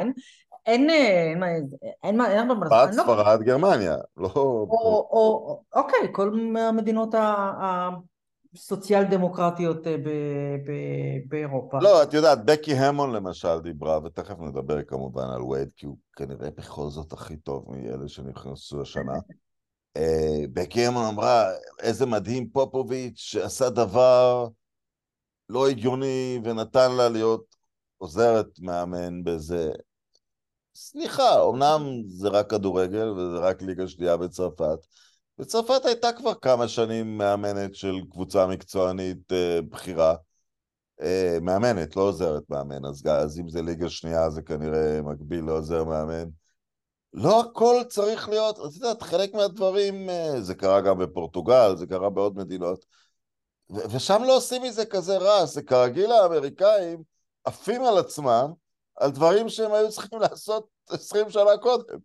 אין מה... ספרד, גרמניה, לא... אוקיי, כל המדינות הסוציאל דמוקרטיות באירופה. לא, את יודעת, בקי המון למשל דיברה, ותכף נדבר כמובן על וייד, כי הוא כנראה בכל זאת הכי טוב מאלה שנכנסו השנה. בקי המון אמרה, איזה מדהים פופוביץ' שעשה דבר לא הגיוני, ונתן לה להיות עוזרת מאמן בזה. סליחה, אמנם זה רק כדורגל, וזה רק ליגה שנייה בצרפת. בצרפת הייתה כבר כמה שנים מאמנת של קבוצה מקצוענית בחירה. מאמנת, לא עוזרת מאמן, אז אם זה ליגה שנייה זה כנראה מקביל לעוזר מאמן. לא הכל צריך להיות, את יודעת, חלק מהדברים, זה קרה גם בפורטוגל, זה קרה בעוד מדינות, ושם לא עושים מזה כזה רע, זה כרגיל האמריקאים עפים על עצמם, על דברים שהם היו צריכים לעשות 20 שנה קודם.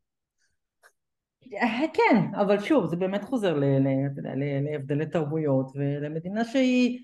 כן, אבל שוב, זה באמת חוזר להבדלי תרבויות, ולמדינה שהיא...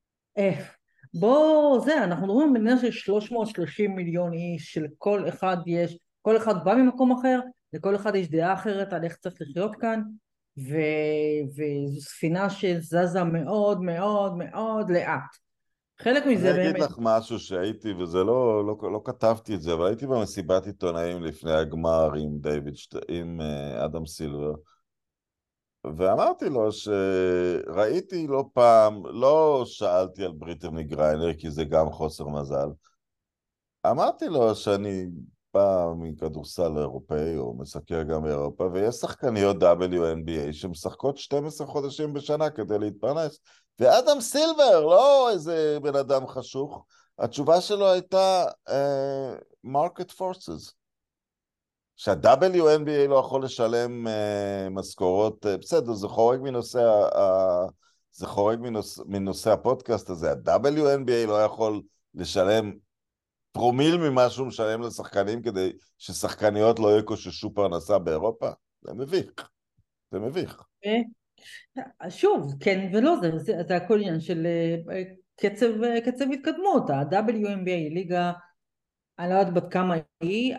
אנחנו מדברים על מדינה של 330 מיליון איש, שלכל אחד יש, כל אחד בא ממקום אחר, לכל אחד יש דעה אחרת על איך צריך לחיות כאן, וזו ספינה שזזה מאוד מאוד מאוד לאט. חלק מזה אני אגיד באמת... לך משהו שהייתי, וזה לא כתבתי את זה, אבל הייתי במסיבת עיתונאים לפני הגמר עם עם אדם סילבר, ואמרתי לו שראיתי לא פעם, לא שאלתי על בריטני גריינר, כי זה גם חוסר מזל. אמרתי לו שאני בא מכדורסל אירופאי, או מסקר גם באירופה, ויש שחקניות WNBA שמשחקות 12 חודשים בשנה כדי להתפרנס. ואדם סילבר, לא איזה בן אדם חשוך, התשובה שלו הייתה market forces. שה-WNBA לא יכול לשלם משכורות, בסדר, זה חורג מנושא, זה חורג מנושא הפודקאסט הזה, ה-WNBA לא יכול לשלם פרומיל ממה שהוא משלם לשחקנים כדי ששחקניות לא יקוששו פרנסה באירופה. זה מביך, זה מביך. שוב, כן ולא, זה הכל עניין של קצב התקדמות. ה-WNBA היא ליגה, אני לא יודעת בת כמה היא,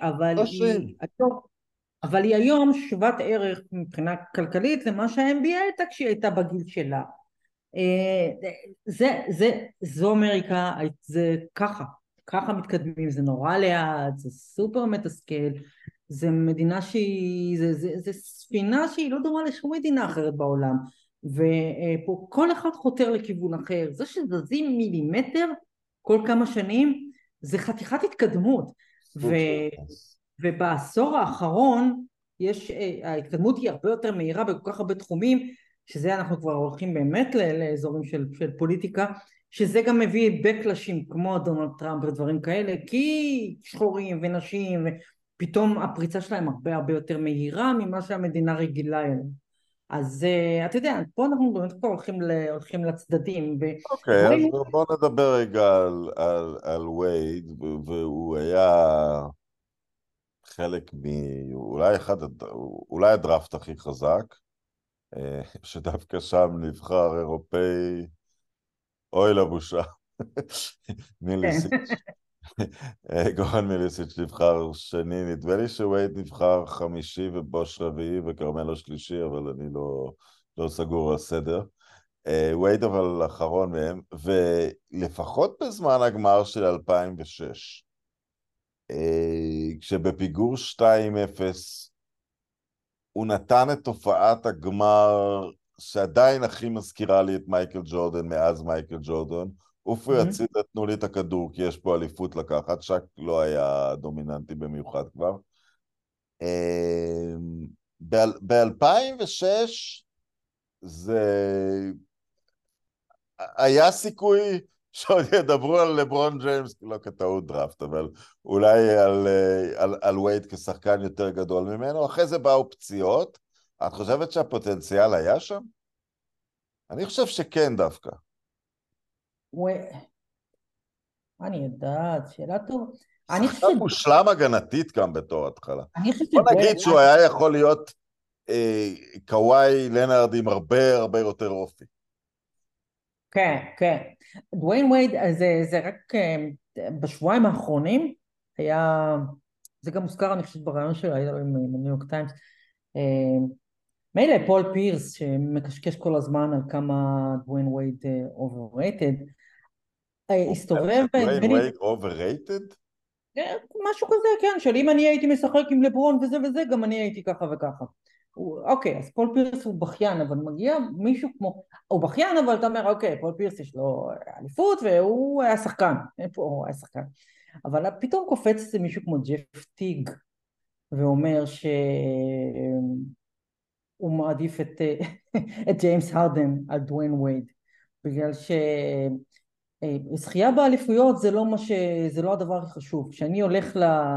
אבל היא היום שוות ערך מבחינה כלכלית למה שה-NBA הייתה כשהיא הייתה בגיל שלה. זו אמריקה, זה ככה מתקדמים, זה נורא לאט, זה סופר מתסכל, זה מדינה שהיא, זה ספינה שהיא לא דומה לשום מדינה אחרת בעולם, ופה כל אחד חותר לכיוון אחר. זה שזזים מילימטר כל כמה שנים זה חתיכת התקדמות, ובעשור האחרון ההתקדמות היא הרבה יותר מהירה בכל כך הרבה תחומים, שזה אנחנו כבר הולכים באמת לאזורים של פוליטיקה, שזה גם מביא בקלשים כמו דונלד טראמפ ודברים כאלה, כי שחורים ונשים, ופתאום הפריצה שלהם הרבה הרבה יותר מהירה ממה שהמדינה רגילה אליהם. אז אתה יודע, פה אנחנו באמת כבר הולכים לצדדים. אוקיי, אז בואו נדבר רגע על וייד, והוא היה חלק אולי הדראפט הכי חזק, שדווקא שם נבחר אירופאי, אוי לבושה, מיליסיץ'. גורן מיליסיץ' נבחר שני, נדמה לי שווייד נבחר חמישי ובוש רביעי וקרמלו שלישי, אבל אני לא סגור על הסדר. ווייד אבל אחרון מהם, ולפחות בזמן הגמר של 2006, כשבפיגור 2-0, הוא נתן את תופעת הגמר שעדיין הכי מזכירה לי את מייקל ג'ורדן מאז מייקל ג'ורדן. אופו יצידה, תנו לי את הכדור כי יש פה אליפות לקחת. שק לא היה דומיננטי במיוחד כבר. ב-2006 זה היה סיכוי שעוד ידברו על לברון ג'יימס, לא כטעות דראפט, אבל אולי על וייד כשחקן יותר גדול ממנו. אחרי זה באו פציעות. את חושבת שהפוטנציאל היה שם? אני חושב שכן דווקא. אני יודעת, שאלה טוב. שחקן מושלם הגנתית גם בתור התחלה. בוא נגיד שהוא היה יכול להיות קוואי לנארד עם הרבה הרבה יותר אופי. כן, כן. דוויין וייד, זה רק בשבועיים האחרונים היה, זה גם מוזכר אני חושבת ברעיון שלו, היה עם ניו יורק טיימס, מילא פול פירס שמקשקש כל הזמן על כמה דוויין וייד overrated, הסתובב... דוויין וייד overrated? משהו כזה, כן, של אם אני הייתי משחק עם לברון וזה וזה, גם אני הייתי ככה וככה. אוקיי, אז פול פירס הוא בכיין, אבל מגיע מישהו כמו... הוא בכיין, אבל אתה אומר, אוקיי, פול פירס יש לו אליפות, והוא היה שחקן. איפה הוא היה שחקן? אבל פתאום קופץ זה מישהו כמו ג'ף טיג, ואומר שהוא מעדיף את ג'יימס הרדן על דוויין וייד, בגלל זכייה באליפויות זה לא הדבר הכי חשוב. כשאני הולך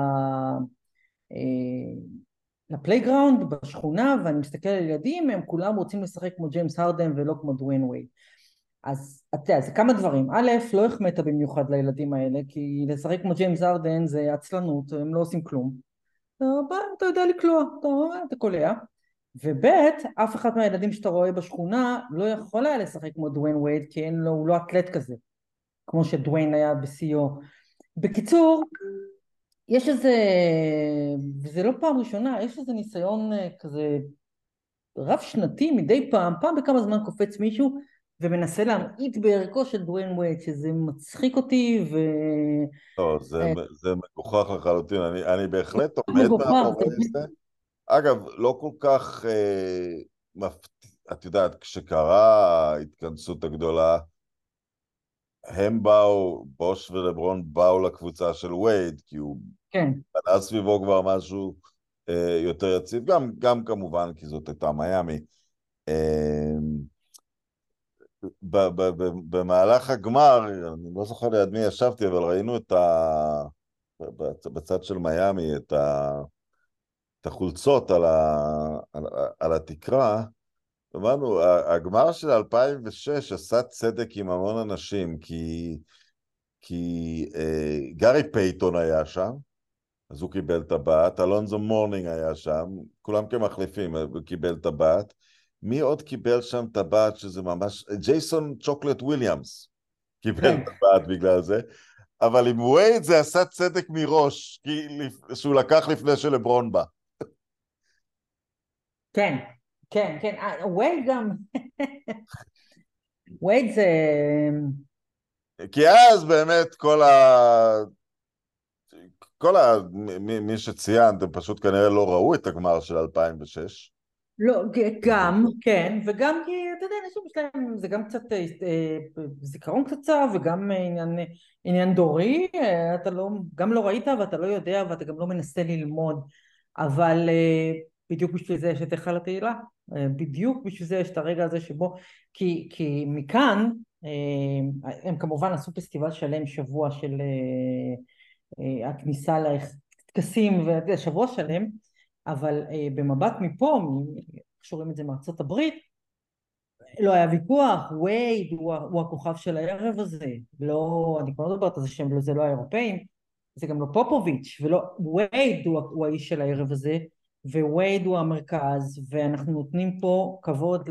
לפלייגראונד בשכונה ואני מסתכל על ילדים, הם כולם רוצים לשחק כמו ג'יימס הרדן ולא כמו דוויין וייד. אז אתה יודע, זה כמה דברים. א', לא החמאת במיוחד לילדים האלה, כי לשחק כמו ג'יימס הרדן זה עצלנות, הם לא עושים כלום. אתה יודע לקלוע, אתה קולע. וב', אף אחד מהילדים שאתה רואה בשכונה לא יכול היה לשחק כמו דוויין וייד, כי הוא לא אתלט כזה, כמו שדוויין היה בסיוע. בקיצור, יש איזה, וזה לא פעם ראשונה, יש איזה ניסיון כזה רב שנתי מדי פעם בכמה זמן קופץ מישהו ומנסה להמעיט בערכו של דוויין וייד, שזה מצחיק אותי לא, זה מגוחך לחלוטין, אני בהחלט עומד מגוחך, מאחורי זה. אגב, לא כל כך מפתיע, את יודעת, כשקרה ההתכנסות הגדולה, הם באו, בוש ולברון באו לקבוצה של וייד, כי הוא כן, בנה סביבו כבר משהו יותר יציב, גם כמובן, כי זאת הייתה מיאמי. במהלך הגמר, אני לא זוכר ליד מי ישבתי, אבל ראינו בצד של מיאמי את החולצות על התקרה. אמרנו, הגמר של 2006 עשה צדק עם המון אנשים, כי גארי פייטון היה שם, אז הוא קיבל טבעת, אלונזו מורנינג היה שם, כולם כמחליפים, הוא קיבל טבעת. מי עוד קיבל שם טבעת שזה ממש... ג'ייסון צ'וקלט וויליאמס קיבל טבעת בגלל זה, אבל עם וייד זה עשה צדק מראש, שהוא לקח לפני שלברון בא. כן, כן, כן, וייד גם, וייד זה... כי אז באמת מי שציינת, הם פשוט כנראה לא ראו את הגמר של 2006. לא, גם, כן, וגם כי, אתה יודע, אנשים שלהם, זה גם קצת זיכרון קצר, וגם עניין דורי, אתה לא, גם לא ראית ואתה לא יודע, ואתה גם לא מנסה ללמוד, אבל בדיוק בשביל זה יש את היכל התהילה, בדיוק בשביל זה יש את הרגע הזה שבו, כי מכאן, הם כמובן עשו פסטיבל שלם, שבוע של הכניסה לטקסים, שבוע שלם, אבל במבט מפה, קשורים את זה מארצות הברית, לא היה ויכוח, וייד הוא הכוכב של הערב הזה, לא, אני כבר לא מדברת על זה שהם, זה לא האירופאים, זה גם לא פופוביץ', ולא, וייד הוא האיש של הערב הזה, ווייד הוא המרכז, ואנחנו נותנים פה כבוד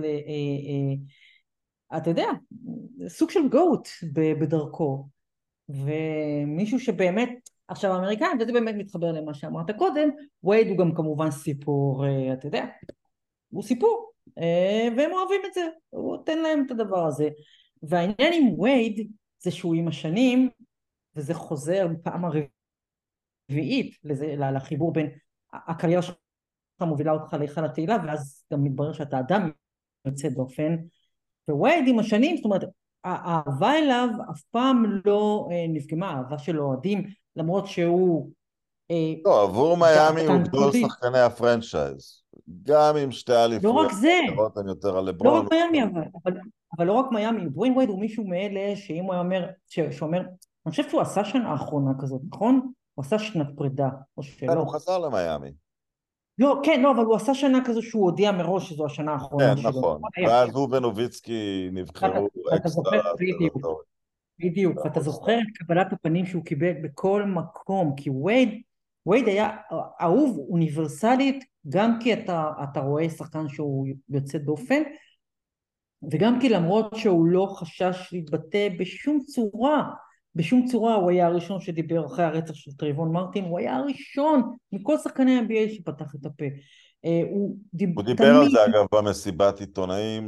אתה יודע, סוג של גוט בדרכו, ומישהו שבאמת, עכשיו האמריקאים, וזה באמת מתחבר למה שאמרת קודם, וייד הוא גם כמובן סיפור, אתה יודע, הוא סיפור, והם אוהבים את זה, הוא נותן להם את הדבר הזה, והעניין עם וייד זה שהוא עם השנים, וזה חוזר פעם הרביעית לחיבור בין הקריירה שלך מובילה אותך להיכל התהילה, ואז גם מתברר שאתה אדם יוצא דופן, ווייד עם השנים, זאת אומרת, האהבה אליו אף פעם לא נפגמה, האהבה של אוהדים, למרות שהוא... לא, עבור מיאמי הוא גדול שחקני הפרנצ'ייז. גם עם שתי לא רק אליפויות, זה, אני יותר על לא לברון. רק מיאמי, אבל לא רק מיאמי, דוויין וייד הוא מישהו מאלה שאם הוא אומר, שאומר, אני חושב שהוא עשה שנה האחרונה כזאת, נכון? הוא עשה שנת פרידה, או כן, הוא שלא. חזר למיאמי. לא, כן, לא, אבל הוא עשה שנה כזו שהוא הודיע מראש שזו השנה האחרונה כן, שלו. נכון. ואז הוא ונוביצקי נבחרו ואתה אקסטרה. זוכר, בדיוק, ואתה זוכר את קבלת הפנים שהוא קיבל בכל מקום, כי וייד היה אהוב אוניברסלית, גם כי אתה רואה שחקן שהוא יוצא דופן, וגם כי למרות שהוא לא חשש להתבטא בשום צורה הוא היה הראשון שדיבר אחרי הרצח של טרייבון מרטין, הוא היה הראשון מכל שחקני ה-NBA שפתח את הפה. הוא דיבר על זה אגב במסיבת עיתונאים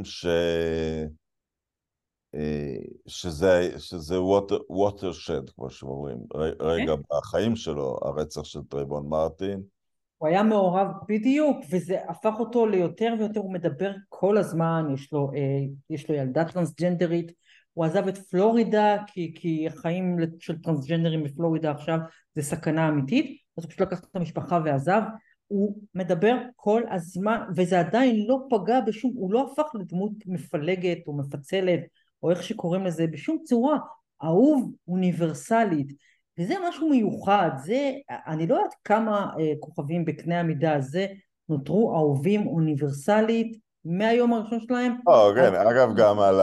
שזה watershed, כמו שאומרים, רגע בחיים שלו, הרצח של טרייבון מרטין. הוא היה מעורב בדיוק, וזה הפך אותו ליותר ויותר, הוא מדבר כל הזמן, יש לו ילדה טרנסג'נדרית, הוא עזב את פלורידה, כי החיים של טרנסג'נדרים בפלורידה עכשיו זה סכנה אמיתית, אז הוא פשוט לקח את המשפחה ועזב, הוא מדבר כל הזמן, וזה עדיין לא פגע בשום, הוא לא הפך לדמות מפלגת או מפצלת, או איך שקוראים לזה, בשום צורה, אהוב אוניברסלית, וזה משהו מיוחד, זה, אני לא יודעת כמה כוכבים בקנה המידה הזה נותרו אהובים אוניברסלית מהיום הראשון שלהם. כן, אגב גם על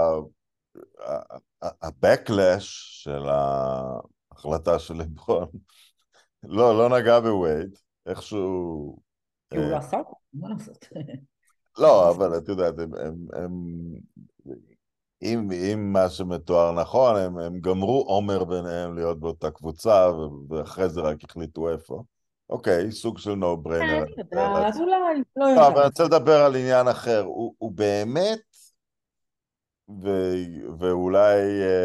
ה-backlash של ההחלטה של לברון, לא נגע בווייד, איכשהו... כי הוא לא עשה אותו, מה לעשות? לא, אבל את יודעת, אם מה שמתואר נכון, הם גמרו עומר ביניהם להיות באותה קבוצה, ואחרי זה רק החליטו איפה. אוקיי, סוג של no brainer. אני יודעת, אולי, לא לא, אבל אני יודעת. רוצה לדבר על עניין אחר. הוא באמת, ואולי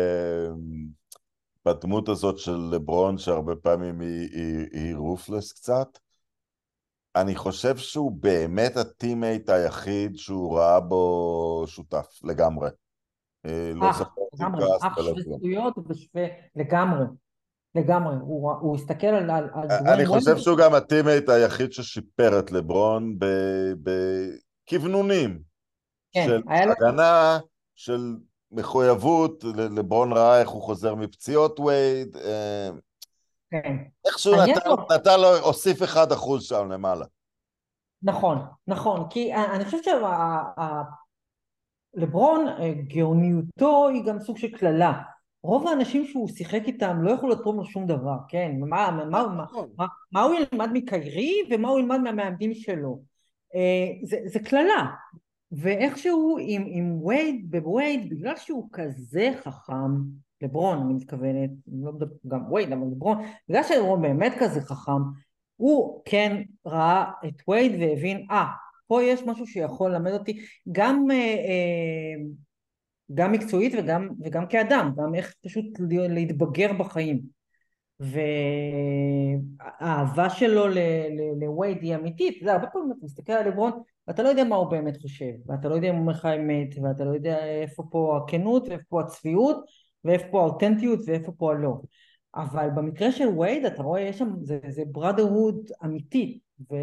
בדמות הזאת של לברון, שהרבה פעמים היא רופלס קצת, אני חושב שהוא באמת הטימייט היחיד שהוא ראה בו שותף לגמרי. לא ספרתי לגמרי, כעס אח ולא שווה כלום. זכויות ושווה לגמרי, לגמרי. הוא הסתכל על דוויין אני ווייד. חושב שהוא גם הטימייט היחיד ששיפר את לברון בכוונונים כן, של היה לו, הגנה, של מחויבות. לברון ראה איך הוא חוזר מפציעות וייד, כן. איכשהו העניין הוא, נתן לו, הוסיף 1% שם למעלה. נכון, נכון, כי אני חושבת שלברון, גאוניותו היא גם סוג של קללה. רוב האנשים שהוא שיחק איתם לא יכלו לתרום לו שום דבר, כן? נכון. מה הוא ילמד מקיירי ומה הוא ילמד מהמאמנים שלו? זה קללה. ואיכשהו עם וייד, בגלל שהוא כזה חכם, לברון אני מתכוונת, לא מדבר גם וייד, אבל לברון, בגלל שלברון באמת כזה חכם, הוא כן ראה את וייד והבין, פה יש משהו שיכול ללמד אותי גם מקצועית וגם כאדם, גם איך פשוט להתבגר בחיים. והאהבה שלו לווייד היא אמיתית. זה הרבה פעמים אתה מסתכל על לברון ואתה לא יודע מה הוא באמת חושב, ואתה לא יודע אם הוא אומר לך אמת, ואתה לא יודע איפה פה הכנות ואיפה פה הצביעות ואיפה פה האותנטיות ואיפה פה הלא. אבל במקרה של ווייד אתה רואה יש שם, זה brotherhood אמיתי,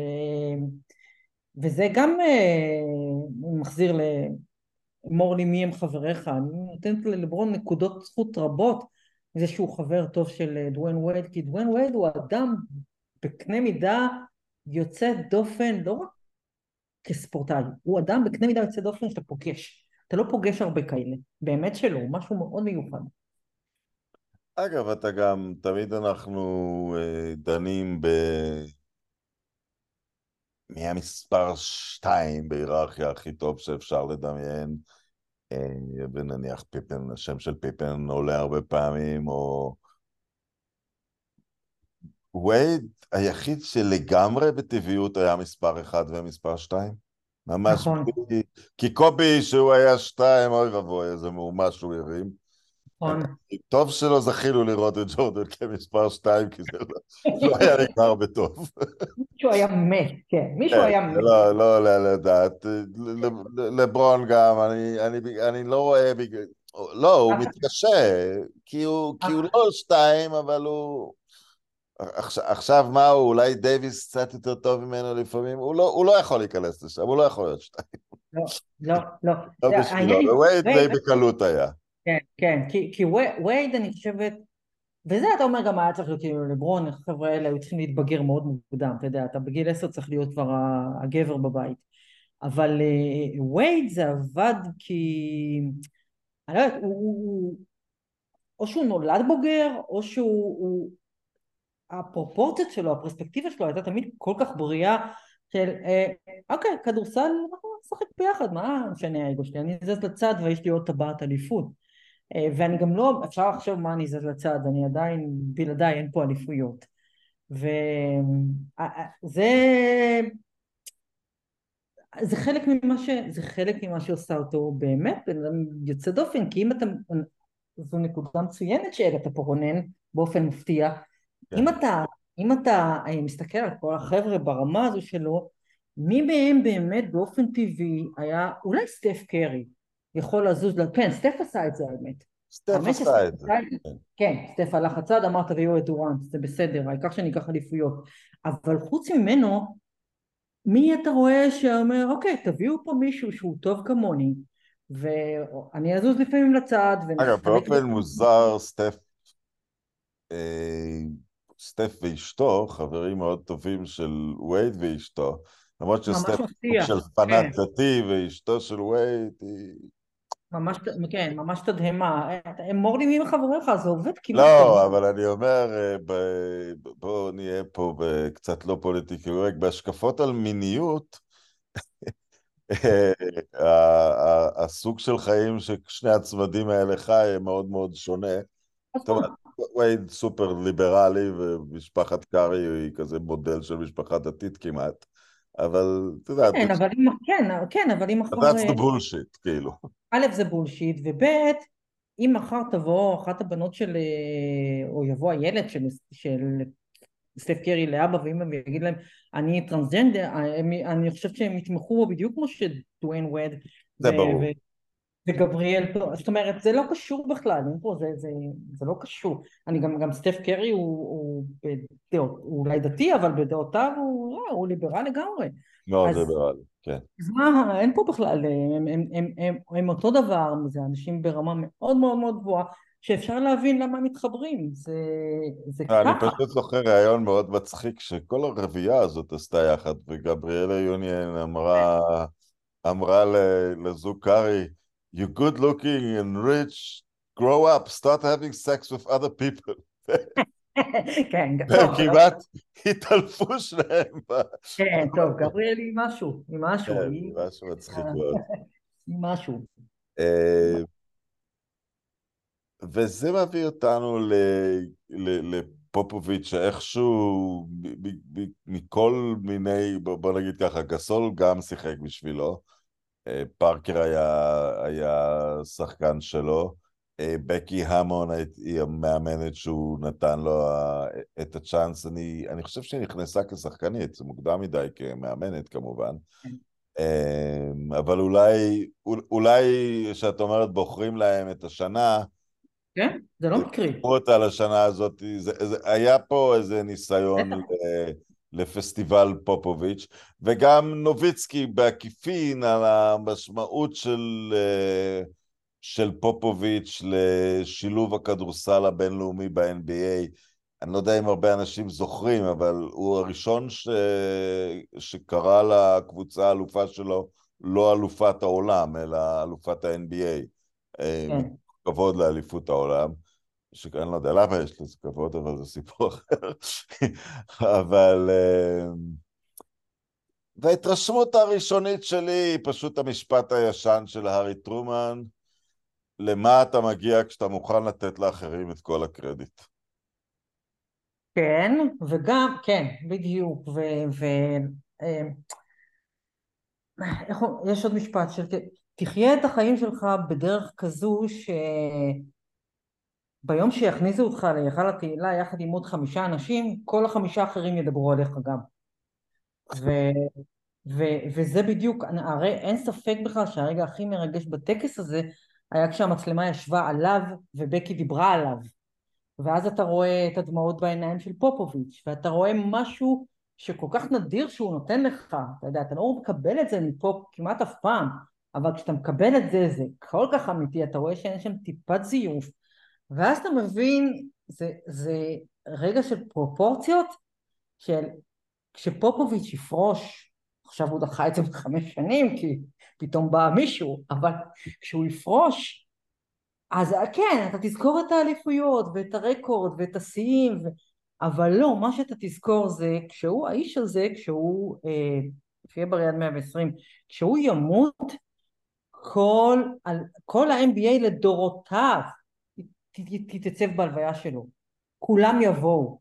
וזה גם מחזיר אמור לי מי הם חבריך. אני נותנת ללברון נקודות זכות רבות זה שהוא חבר טוב של דוויין ווייד, כי דוויין ווייד הוא אדם בקנה מידה יוצא דופן, לא רק כספורטאי, הוא אדם בקנה מידה יוצא דופן שאתה פוגש. אתה לא פוגש הרבה כאלה, באמת שלא, הוא משהו מאוד מיוחד. אגב, אתה גם, תמיד אנחנו דנים מי המספר 2 בהיררכיה הכי טוב שאפשר לדמיין, ונניח פיפן, השם של פיפן עולה הרבה פעמים, או וייד היחיד שלגמרי בטבעיות היה מספר 1 ומספר 2, ממש נכון, כי קובי שהוא היה 2, אוי ואבוי, איזה מהומה שהוא הרים. נכון. טוב שלא זכינו לראות את ג'ורדן כמספר 2, כי זה לא היה נגמר בטוב. מישהו היה מת, כן, מישהו כן, היה מת. לא עולה לדעת. לברון גם, אני לא רואה, לא, הוא מתקשה, כי הוא לא 2, אבל הוא... עכשיו מה הוא, אולי דייביס קצת יותר טוב ממנו לפעמים, הוא לא יכול להיכנס לשם, הוא לא יכול להיות 2. לא, לא, לא. לא בשבילו, העניין עם ווייד די וייד, בקלות היה. כן, כן, כי וייד אני חושבת, וזה אתה אומר גם היה צריך להיות כאילו לברון, החבר'ה האלה היו צריכים להתבגר מאוד מוקדם, אתה יודע, אתה בגיל 10 צריך להיות כבר הגבר בבית, אבל וייד זה עבד כי, אני לא יודעת, או שהוא נולד בוגר, או הפרופורציות שלו, הפרספקטיבה שלו הייתה תמיד כל כך בריאה, של אוקיי, כדורסל, אנחנו נשחק ביחד, מה משנה האגו שלי, אני זז לצד ויש לי עוד טבעת אליפות. ואני גם לא, אפשר לחשוב מה אני זז לצד, אני עדיין, בלעדיי אין פה אליפויות. וזה זה חלק ממה שעושה אותו באמת, בן אדם יוצא דופן, כי אם אתה, זו נקודה מצוינת שהגעת פה רונן, באופן מפתיע, כן. אם אתה מסתכל על כל החבר'ה ברמה הזו שלו, מי מהם באמת באופן טבעי היה, אולי סטף קרי, יכול לזוז, כן, סטף עשה את זה האמת. סטף האמת שסטף עשה את זה. עשה את זה, כן, סטף הלך הצד, אמר תביאו את דורנט, זה בסדר, העיקר שאני אקח אליפויות. אבל חוץ ממנו, מי אתה רואה שאומר, אוקיי, תביאו פה מישהו שהוא טוב כמוני, ואני אזוז לפעמים לצד, אגב, ונחלק באופן מוזר, אה, סטף ואשתו, חברים מאוד טובים של וייד ואשתו, למרות ממש שסטף הוא סוג מפתיע, של פנאט כן. דתי, ואשתו של וייד היא... ממש, כן, ממש תדהמה. אמור לי מי מחבריך, זה עובד כמעט לא, תמיד. אבל אני אומר, בואו נהיה פה קצת לא פוליטיקלי, בהשקפות על מיניות, הסוג של חיים ששני הצמדים האלה חי מאוד מאוד שונה. אז טוב, מה? וייד סופר ליברלי, ומשפחת קארי היא כזה מודל של משפחה דתית כמעט, אבל אתה יודע, כן, אבל אם מחר, that's the bullshit, כאילו. א' זה בולשיט, וב' אם מחר תבוא אחת הבנות של, או יבוא הילד של סטף קרי לאבא ואמא ויגיד להם אני טרנסג'נדר, אני חושבת שהם יתמכו בו בדיוק כמו שדוויין וייד זה ברור. וגבריאל, זאת אומרת זה לא קשור בכלל, זה לא קשור. אני גם סטף קרי הוא אולי דתי, אבל בדעותיו הוא ליברל לגמרי. מאוד אז ליברלי, כן. אז מה, אין פה בכלל, הם אותו דבר, זה אנשים ברמה מאוד מאוד מאוד גבוהה, שאפשר להבין למה הם מתחברים, זה אני ככה. פשוט זוכר רעיון מאוד מצחיק שכל הרביעייה הזאת עשתה יחד, וגבריאלה יוניאן אמרה לזוג קארי, you good looking and rich, grow up, start having sex with other people. כן, טוב, וכמעט התעלפו שניהם. כן, טוב, גבריאל היא משהו, כן, משהו מצחיק מאוד. היא משהו. וזה מביא אותנו לפופוביץ' שאיכשהו מכל מיני, בוא נגיד ככה, גסול גם שיחק בשבילו, פארקר היה שחקן שלו, בקי המון היא המאמנת שהוא נתן לו את הצ'אנס, אני חושב שהיא נכנסה כשחקנית, זה מוקדם מדי כמאמנת כמובן, אבל אולי שאת אומרת בוחרים להם את השנה, כן, זה לא מקרי. תקחו אותה לשנה הזאת, היה פה איזה ניסיון לפסטיבל פופוביץ', וגם נוביצקי בעקיפין על המשמעות של פופוביץ' לשילוב הכדורסל הבינלאומי ב-NBA. אני לא יודע אם הרבה אנשים זוכרים, אבל הוא הראשון שקרא לקבוצה האלופה שלו לא אלופת העולם, אלא אלופת ה-NBA. כן. כבוד לאליפות העולם, שאני לא יודע למה יש לזה כבוד, אבל זה סיפור אחר. אבל וההתרשמות הראשונית שלי היא פשוט המשפט הישן של הארי טרומן, למה אתה מגיע כשאתה מוכן לתת לאחרים את כל הקרדיט. כן, וגם, כן, בדיוק, יש עוד משפט של תחיה את החיים שלך בדרך כזו שביום שיכניסו אותך להיכל התהילה יחד עם עוד 5 אנשים, כל ה5 האחרים ידברו עליך גם. וזה בדיוק, הרי אין ספק בכלל שהרגע הכי מרגש בטקס הזה היה כשהמצלמה ישבה עליו ובקי דיברה עליו. ואז אתה רואה את הדמעות בעיניים של פופוביץ', ואתה רואה משהו שכל כך נדיר שהוא נותן לך, אתה יודע, אתה לא מקבל את זה מפה כמעט אף פעם, אבל כשאתה מקבל את זה, זה כל כך אמיתי, אתה רואה שאין שם טיפת זיוף, ואז אתה מבין, זה רגע של פרופורציות, של כשפופוביץ' יפרוש, עכשיו הוא דחה את זה ב5 שנים, כי פתאום בא מישהו, אבל כשהוא יפרוש, אז כן, אתה תזכור את האליפויות ואת הרקורד ואת השיאים, אבל לא, מה שאתה תזכור זה, כשהוא, האיש הזה, כשהוא, לפי בריד 120, כשהוא ימות, כל ה-NBA לדורותיו תתייצב בהלוויה שלו. כולם יבואו,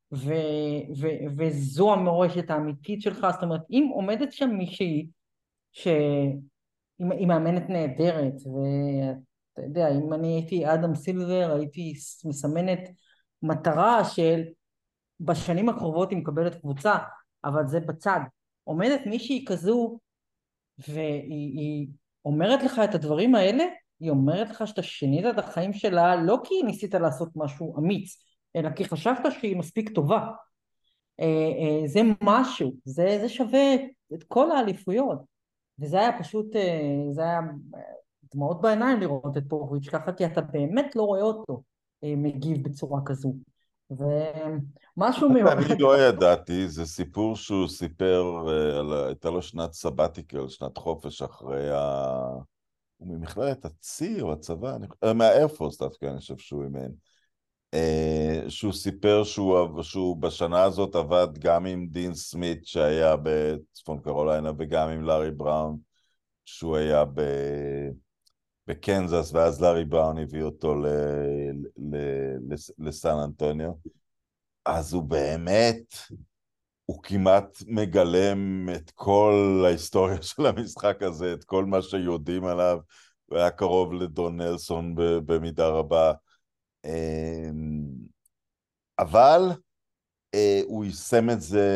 וזו המורשת האמיתית שלך. זאת אומרת, אם עומדת שם מישהי שהיא מאמנת נהדרת, אתה יודע, אם אני הייתי אדם סילבר, הייתי מסמנת מטרה של בשנים הקרובות היא מקבלת קבוצה, אבל זה בצד. עומדת מישהי כזו, והיא אומרת לך את הדברים האלה, היא אומרת לך שאתה שינית את החיים שלה, לא כי ניסית לעשות משהו אמיץ, אלא כי חשבת שהיא מספיק טובה. זה משהו, זה שווה את כל האליפויות. וזה היה פשוט, זה היה דמעות בעיניים לראות את פופוביץ' ככה, כי אתה באמת לא רואה אותו מגיב בצורה כזו. ומשהו מיוחד. אני לא ידעתי, זה סיפור שהוא סיפר, הייתה לו שנת סבטיקל, שנת חופש אחרי הוא ממכללת הציר בצבא, מהאיירפורס דווקא, אני חושב שהוא אימן. שהוא סיפר שהוא בשנה הזאת עבד גם עם דין סמית שהיה בצפון קרוליינה, וגם עם לארי בראון שהוא היה בקנזס, ואז לארי בראון הביא אותו לסן אנטוניו. אז הוא באמת, הוא כמעט מגלם את כל ההיסטוריה של המשחק הזה, את כל מה שיודעים עליו, והיה קרוב לדון נלסון במידה רבה. אבל הוא יישם את זה,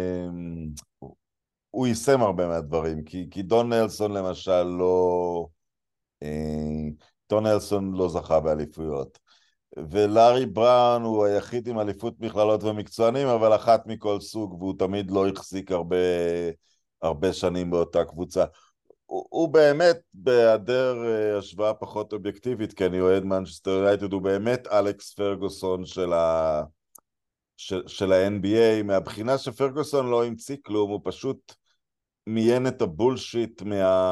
הוא יישם הרבה מהדברים, כי דון נלסון למשל לא, דון נלסון לא זכה באליפויות. ולארי בראון הוא היחיד עם אליפות מכללות ומקצוענים, אבל אחת מכל סוג, והוא תמיד לא החזיק הרבה שנים באותה קבוצה. הוא באמת, בהיעדר השוואה פחות אובייקטיבית, כי אני אוהד מנצ'סטר יונייטד, הוא באמת אלכס פרגוסון של ה-NBA, מהבחינה שפרגוסון לא המציא כלום, הוא פשוט מיין את הבולשיט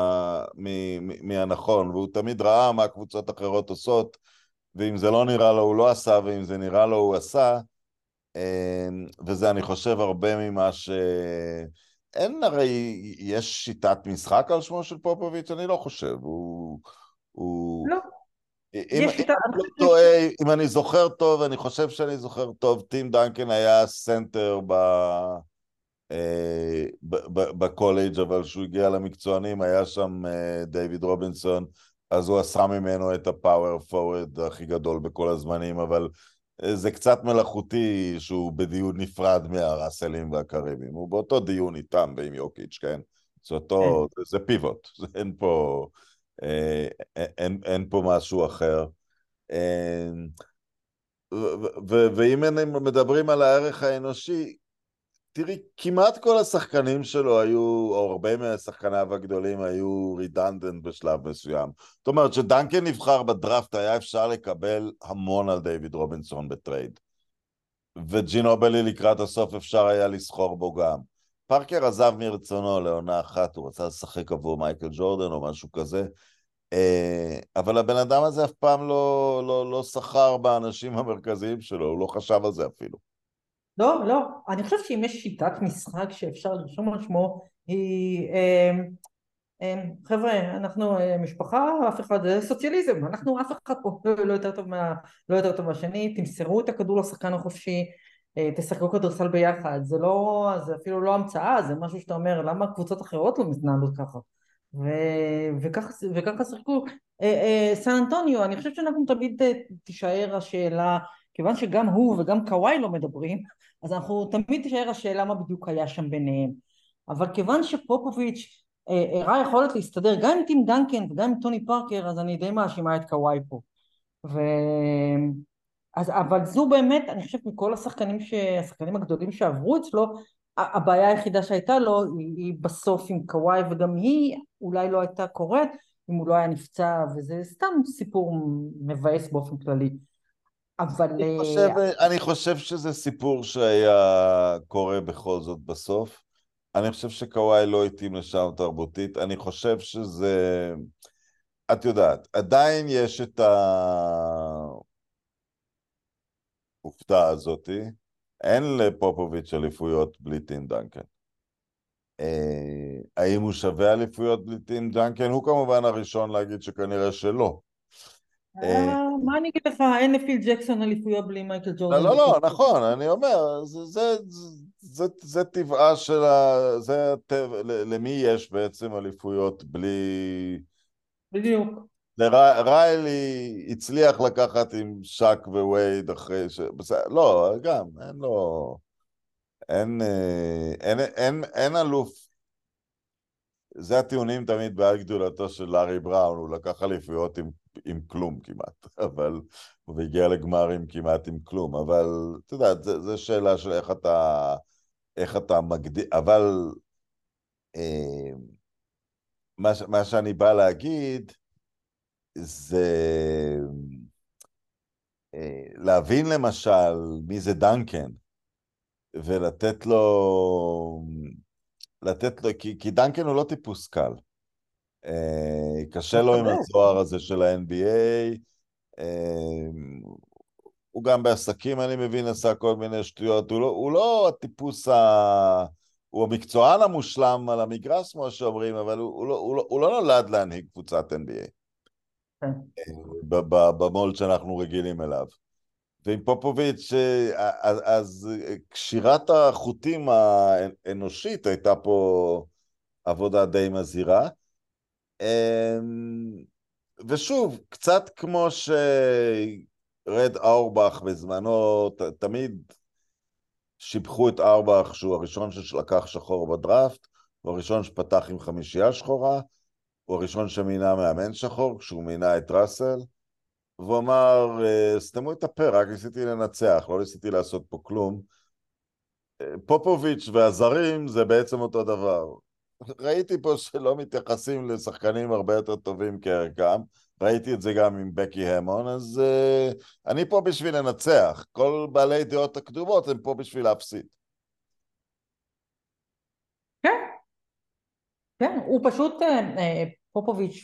מהנכון, והוא תמיד ראה מה קבוצות אחרות עושות, ואם זה לא נראה לו הוא לא עשה, ואם זה נראה לו הוא עשה, וזה אני חושב הרבה ממה אין, הרי יש שיטת משחק על שמו של פופוביץ', אני לא חושב, הוא... לא, יש שיטה, אם אני זוכר טוב, אני חושב שאני זוכר טוב, טים דנקן היה סנטר בקולג', אבל כשהוא הגיע למקצוענים היה שם דיוויד רובינסון, אז הוא עשה ממנו את הפאוור פורוורד הכי גדול בכל הזמנים, אבל זה קצת מלאכותי שהוא בדיון נפרד מהראסלים והקריבים, הוא באותו דיון איתם ועם יוקיץ', כן? זה פיבוט, אין פה משהו אחר. ואם מדברים על הערך האנושי, תראי, כמעט כל השחקנים שלו היו, או הרבה מהשחקניו הגדולים היו רידנדנט בשלב מסוים. זאת אומרת שדנקן נבחר בדראפט, היה אפשר לקבל המון על דיוויד רובינסון בטרייד. וג'ינובלי לקראת הסוף אפשר היה לסחור בו גם. פארקר עזב מרצונו לעונה אחת, הוא רצה לשחק עבור מייקל ג'ורדן או משהו כזה, אבל הבן אדם הזה אף פעם לא שכר באנשים המרכזיים שלו, הוא לא חשב על זה אפילו. לא, לא, אני חושב שאם יש שיטת משחק שאפשר לרשום על שמו, היא, חבר'ה, אנחנו משפחה, אף אחד, זה סוציאליזם, אנחנו אף אחד פה לא יותר טוב לא יותר טוב מהשני, תמסרו את הכדור לשחקן החופשי, תשחקו כדורסל ביחד, זה אפילו לא המצאה, זה משהו שאתה אומר, למה קבוצות אחרות לא מתנהלות ככה? וככה שיחקו. סן אנטוניו, אני חושבת שאנחנו תמיד תישאר השאלה, כיוון שגם הוא וגם קוואי לא מדברים, אז אנחנו תמיד תישאר השאלה מה בדיוק היה שם ביניהם. אבל כיוון שפופוביץ' הראה יכולת להסתדר גם עם טים דנקן וגם עם טוני פארקר, אז אני די מאשימה את קוואי פה. אבל זו באמת, אני חושבת מכל השחקנים הגדולים שעברו אצלו, הבעיה היחידה שהייתה לו היא בסוף עם קוואי, וגם היא אולי לא הייתה קורית אם הוא לא היה נפצע, וזה סתם סיפור מבאס באופן כללי. אבל... אני חושב שזה סיפור שהיה קורה בכל זאת בסוף. אני חושב שקוואי לא התאים לשם תרבותית. אני חושב שזה... את יודעת, עדיין יש את העובדה הזאת. אין לפופוביץ' אליפויות בלי טים דנקן. האם הוא שווה אליפויות בלי טים דנקן? הוא כמובן הראשון להגיד שכנראה שלא. מה אני אגיד לך, אין לפיל ג'קסון אליפויות בלי מייקל ג'ורדן. לא, נכון, אני אומר, זה טבעה של למי יש בעצם אליפויות בלי... בדיוק. ריילי הצליח לקחת עם שק ווייד אחרי לא, גם, אין לו... אין אלוף. זה הטיעונים תמיד בעד גדולתו של לארי בראון, הוא לקח אליפויות עם כלום כמעט, אבל הוא הגיע לגמרים כמעט עם כלום, אבל אתה יודע, זו שאלה של איך אתה מגדיר, אבל מה שאני בא להגיד זה להבין למשל מי זה דנקן, ולתת לו, כי דנקן הוא לא טיפוס קל. קשה לו עם הזוהר הזה של ה-NBA, הוא גם בעסקים, אני מבין, עשה כל מיני שטויות, הוא לא הטיפוס, הוא המקצוען המושלם על המגרש, כמו שאומרים, אבל הוא לא נולד להנהיג קבוצת NBA. כן. במולד שאנחנו רגילים אליו. ועם פופוביץ', אז קשירת החוטים האנושית הייתה פה עבודה די מזהירה. ושוב, קצת כמו שרד אורבך בזמנו, תמיד שיבחו את אורבך שהוא הראשון שלקח שחור בדראפט, הוא הראשון שפתח עם חמישייה שחורה, הוא הראשון שמינה מאמן שחור כשהוא מינה את ראסל, והוא אמר, סתמו את הפה, רק ניסיתי לנצח, לא ניסיתי לעשות פה כלום. פופוביץ' והזרים זה בעצם אותו דבר. ראיתי פה שלא מתייחסים לשחקנים הרבה יותר טובים כערכם, ראיתי את זה גם עם בקי המון, אז אני פה בשביל לנצח. כל בעלי דעות הקדומות הם פה בשביל להפסיד. כן, כן, הוא פשוט, פופוביץ'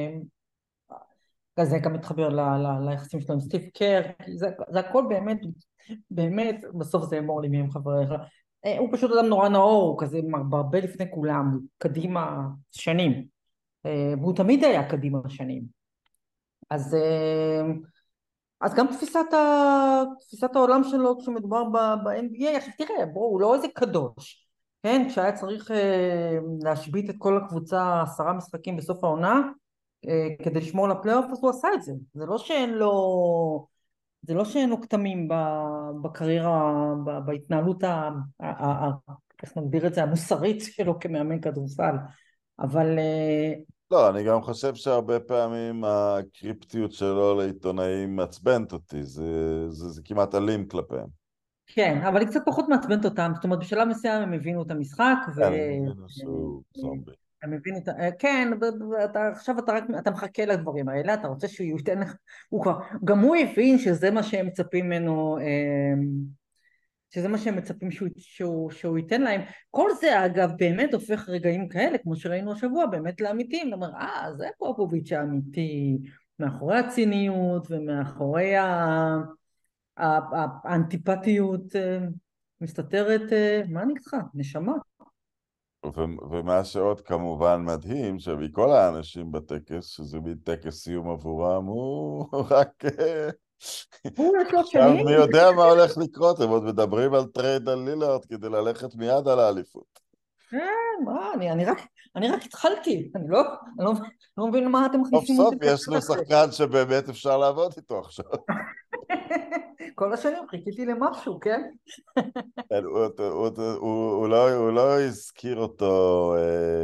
זה גם מתחבר ליחסים שלו עם סטיב קר, כי זה הכל באמת, באמת, בסוף זה אמור לי מי הם חבריך. הוא פשוט אדם נורא נאור, הוא כזה הרבה לפני כולם, הוא קדימה שנים, והוא תמיד היה קדימה שנים. אז, אז גם תפיסת העולם שלו כשמדובר ב-NBA, עכשיו תראה, בואו, הוא לא איזה קדוש, כן? כשהיה צריך להשבית את כל הקבוצה 10 משחקים בסוף העונה, כדי לשמור על הפלייאוף, אז הוא עשה את זה. זה לא שאין לו כתמים בקריירה, בהתנהלות, איך נגדיר את זה, המוסרית שלו כמאמן כדורסל. אבל לא, אני גם חושב שהרבה פעמים הקריפטיות שלו לעיתונאים מעצבנת אותי, זה כמעט אלים כלפיהם. כן, אבל היא קצת פחות מעצבנת אותם. זאת אומרת, בשלב מסוים הם הבינו את המשחק, כן, אני מבין שהוא זומבי. הם הבינו את כן, עכשיו אתה מחכה לדברים האלה, אתה רוצה שהוא ייתן לך, גם הוא הבין שזה מה שהם מצפים ממנו, שזה מה שהם מצפים שהוא ייתן להם. כל זה אגב באמת הופך רגעים כאלה, כמו שראינו השבוע, באמת לאמיתיים. זאת אומרת, זה פופוביץ' האמיתי, מאחורי הציניות ומאחורי האנטיפטיות מסתתרת, מה אני אגיד לך, נשמה. ומה שעוד כמובן מדהים, שמכל האנשים בטקס, שזה מין טקס סיום עבורם, הוא רק... הוא יש לו עכשיו שנים. מי יודע מה הולך לקרות, הם עוד מדברים על טרייד על לילארד כדי ללכת מיד על האליפות. מה, אני רק התחלתי, אני לא מבין מה אתם סוף מכניסים סוף אותי יש לו לזה. שחקן שבאמת אפשר לעבוד איתו עכשיו. כל השנים חיכיתי למשהו, כן? כן, הוא לא הזכיר אותו,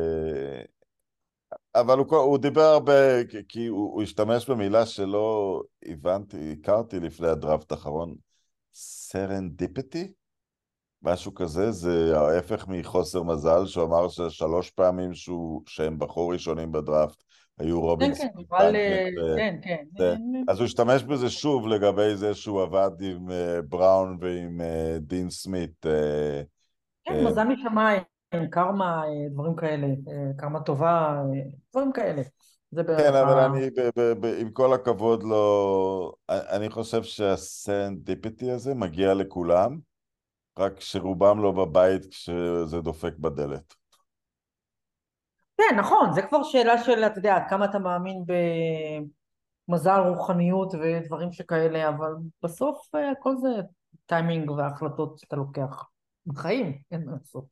אבל הוא דיבר הרבה, כי הוא השתמש במילה שלא הכרתי לפני הדראפט האחרון, סרנדיפיטי? משהו כזה, זה ההפך מחוסר מזל, שהוא אמר ש3 פעמים שהם בחור ראשונים בדראפט, היו כן, רובינסון, כן, אבל, דנקן, כן, כן. אז הוא השתמש בזה שוב לגבי זה שהוא עבד עם בראון ועם דין סמית. כן, מזל משמיים, קרמה, דברים כאלה, קרמה טובה, דברים כאלה. זה כן, בערך אבל אני, עם כל הכבוד לו, אני חושב שהסרנדיפיטי הזה מגיע לכולם, רק שרובם לא בבית כשזה דופק בדלת. כן, נכון, זה כבר שאלה של, אתה יודע, עד כמה אתה מאמין במזל, רוחניות ודברים שכאלה, אבל בסוף הכל זה טיימינג והחלטות שאתה לוקח בחיים, אין מה לעשות.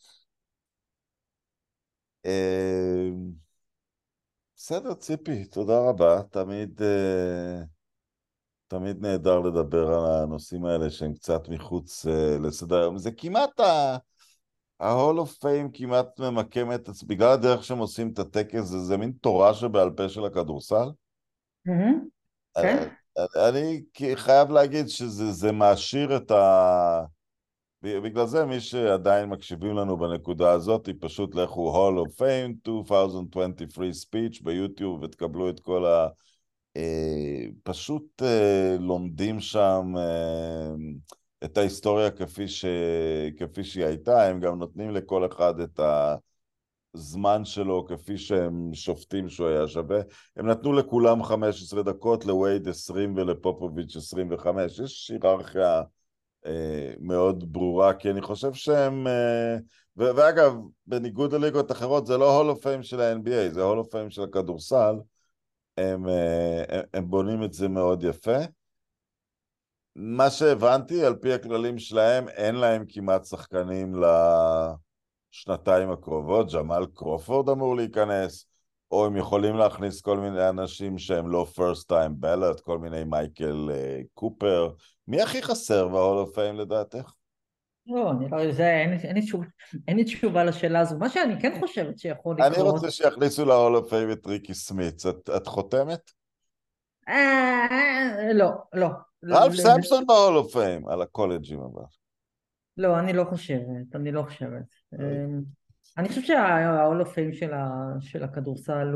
אה, בסדר, ציפי, תודה רבה. תמיד נהדר לדבר על הנושאים האלה שהם קצת מחוץ לסדר היום. זה כמעט ה-Hall of Fame כמעט ממקם בגלל הדרך שהם עושים את הטקס, זה מין תורה שבעל פה של הכדורסל. כן? אני חייב להגיד שזה מעשיר בגלל זה מי שעדיין מקשיבים לנו בנקודה הזאת, פשוט לכו Hall of Fame 2023 speech ביוטיוב ותקבלו את כל פשוט לומדים שם את ההיסטוריה כפי שהיא הייתה, הם גם נותנים לכל אחד את הזמן שלו כפי שהם שופטים שהוא היה שווה, הם נתנו לכולם 15 דקות, לווייד 20 ולפופוביץ' 25, יש היררכיה מאוד ברורה, כי אני חושב שהם, ואגב, בניגוד לליגות אחרות, זה לא הול אוף פיים של ה-NBA, זה הול אוף פיים של הכדורסל, הם בונים את זה מאוד יפה. מה שהבנתי, על פי הכללים שלהם, אין להם כמעט שחקנים לשנתיים הקרובות. ג'מאל קרופורד אמור להיכנס, או הם יכולים להכניס כל מיני אנשים שהם לא first time ballot, כל מיני מייקל קופר. מי הכי חסר ב-Hall of Fame לדעתך? לא, אני לא יודע, אין לי תשובה לשאלה הזו. מה שאני כן חושבת שיכול אני לקרות... רוצה שיכניסו ל-Hall of Fame את ריקי סמיץ. את חותמת? לא, לא. רלף סמפסון ב-Hall of Fame, על הקולג'ים אבל. לא, אני לא חושבת, אני לא חושבת. אני חושבת שה-Hall of Fame של הכדורסל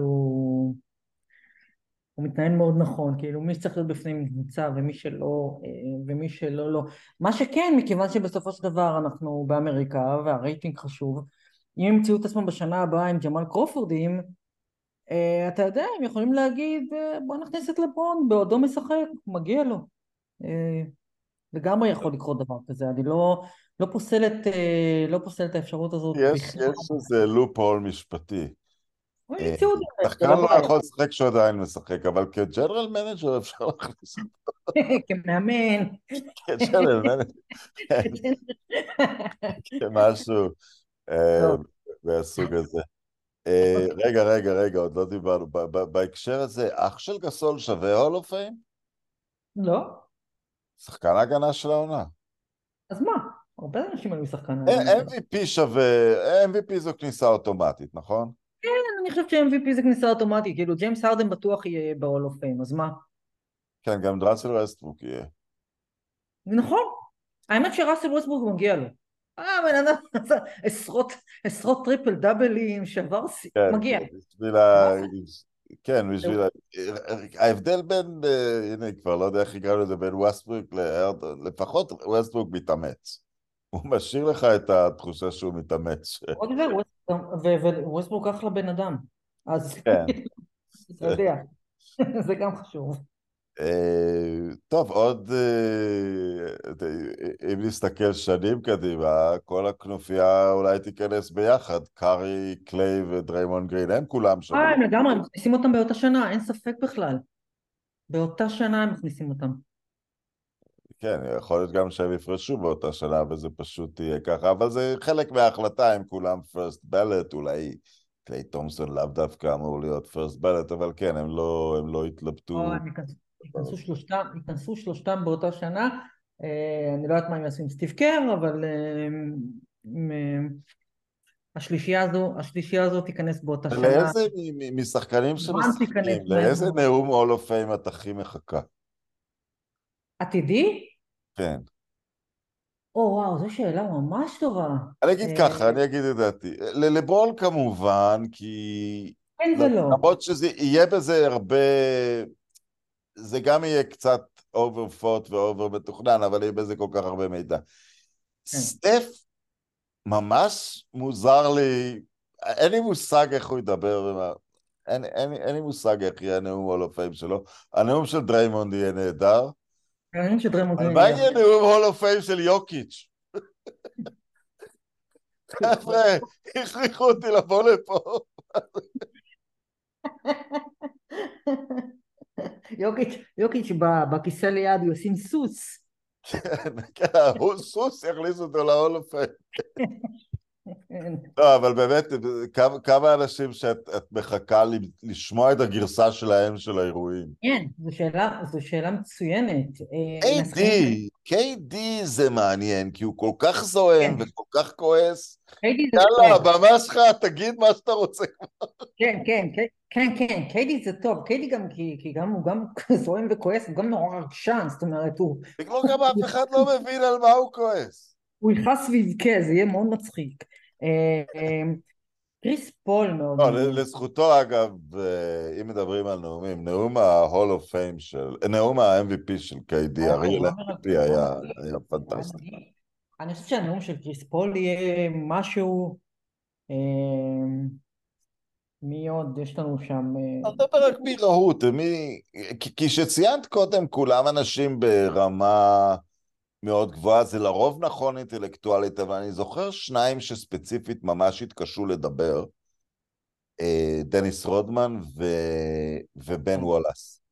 הוא מתנהל מאוד נכון, כאילו מי שצריך להיות בפנים נמצא ומי שלא, לא. מה שכן, מכיוון שבסופו של דבר אנחנו באמריקה והרייטינג חשוב, אם ימצאו את עצמם בשנה הבאה עם ג'מאל קרופורדים, אתה יודע, הם יכולים להגיד, בוא נכניס את לברון, בעודו משחק, מגיע לו. לגמרי יכול לקרות דבר כזה, אני לא פוסל את האפשרות הזאת יש בכלל. איזה לופ-הול משפטי. או ימצאו דרך, זה שחקן לא לא בעיה. יכול לשחק שהוא עדיין משחק, אבל כג'נרל מנג'ר אפשר להכניס אותו. כמאמן. כג'נרל מנג'ר, כמשהו טוב, מהסוג הזה. רגע, עוד לא דיברנו. בהקשר הזה, אח של גסול שווה הול אוף פיים? לא, שחקן ההגנה של העונה. אז מה? הרבה אנשים היו שחקן ההגנה שלו. MVP שווה, MVP זו כניסה אוטומטית, נכון? כן, אני חושבת ש-MVP זה כניסה אוטומטית, כאילו ג'יימס הרדן בטוח יהיה ב-Hall of Fame, אז מה? כן, גם דראסל ווסטברוק יהיה. נכון, האמת שראסל ווסטברוק מגיע לו. בן אדם עשה עשרות טריפל דאבלים, כן, מגיע. בשביל מה? כן, בשביל ההבדל בין, הנה, כבר לא יודע איך הגענו לזה, בין ווסטברוק להרדן, לפחות ווסטברוק מתאמץ. הוא משאיר לך את התחושה שהוא מתאמץ. עוד זה, וווסטברוק אחלה בן אדם, אז כן. אתה יודע, זה גם חשוב. טוב, עוד, אם נסתכל שנים קדימה, כל הכנופיה אולי תיכנס ביחד, קארי, קליי ודריימון גרין, הם כולם שווים. הם לגמרי, הם מכניסים אותם באותה שנה, אין ספק בכלל. באותה שנה הם מכניסים אותם. כן, יכול להיות גם שהם יפרשו באותה שנה, וזה פשוט יהיה ככה, אבל זה חלק מההחלטה, הם כולם first ballot, אולי קליי תומסון לאו דווקא אמור להיות first ballot, אבל כן, הם לא התלבטו. הם ייכנסו שלושתם באותה שנה, אני לא יודעת מה הם יעשו עם סטיב קר, אבל השלישייה הזו תיכנס באותה שנה. לאיזה משחקנים שמשחקים, לאיזה נאום הול אוף פיים את הכי מחכה? עתידי? כן. וואו, זו שאלה ממש טובה. אני אגיד ככה, אני אגיד את דעתי. ללברון כמובן, כי... כן ולא. למרות שזה יהיה בזה הרבה... זה גם יהיה קצת אוברפוט ואובר מתוכנן, אבל יהיה בזה כל כך הרבה מידע. סטף ממש מוזר לי, אין לי מושג איך הוא ידבר, אין לי מושג איך יהיה הנאום הול אוף פיים שלו. הנאום של דריימונד יהיה נהדר. אבל מה יהיה נאום הול אוף פיים של יוקיץ'? חבר'ה, הכריחו אותי לבוא לפה. יוקיץ' בכיסא ליד יושים סוס. כן, הוא סוס יכניס אותו להול אוף פיים. לא, אבל באמת, כמה אנשים שאת מחכה לשמוע את הגרסה שלהם של האירועים? כן, זו שאלה מצוינת. KD זה מעניין, כי הוא כל כך זוהם וכל כך כועס. יאללה, הבמה שלך, תגיד מה שאתה רוצה. כן, קיידי זה טוב. קיידי גם, כי הוא גם זוהם וכועס, הוא גם נורא רגשן, זאת אומרת, בגלל גם אף אחד לא מבין על מה הוא כועס. הוא ילחס ויבכה, זה יהיה מאוד מצחיק. קריס פול מאוד... לזכותו אגב, אם מדברים על נאומים, נאום ה-Hall of Fame נאום ה-MVP של קיידי, הריל MVP היה פנטסטי. אני חושב שהנאום של קריס פול יהיה משהו... מי עוד יש לנו שם? אני מדבר רק מרהוט, כי שציינת קודם כולם אנשים ברמה מאוד גבוהה, זה לרוב נכון אינטלקטואלית, אבל אני זוכר שניים שספציפית ממש התקשו לדבר. דניס רודמן ובן וולאס.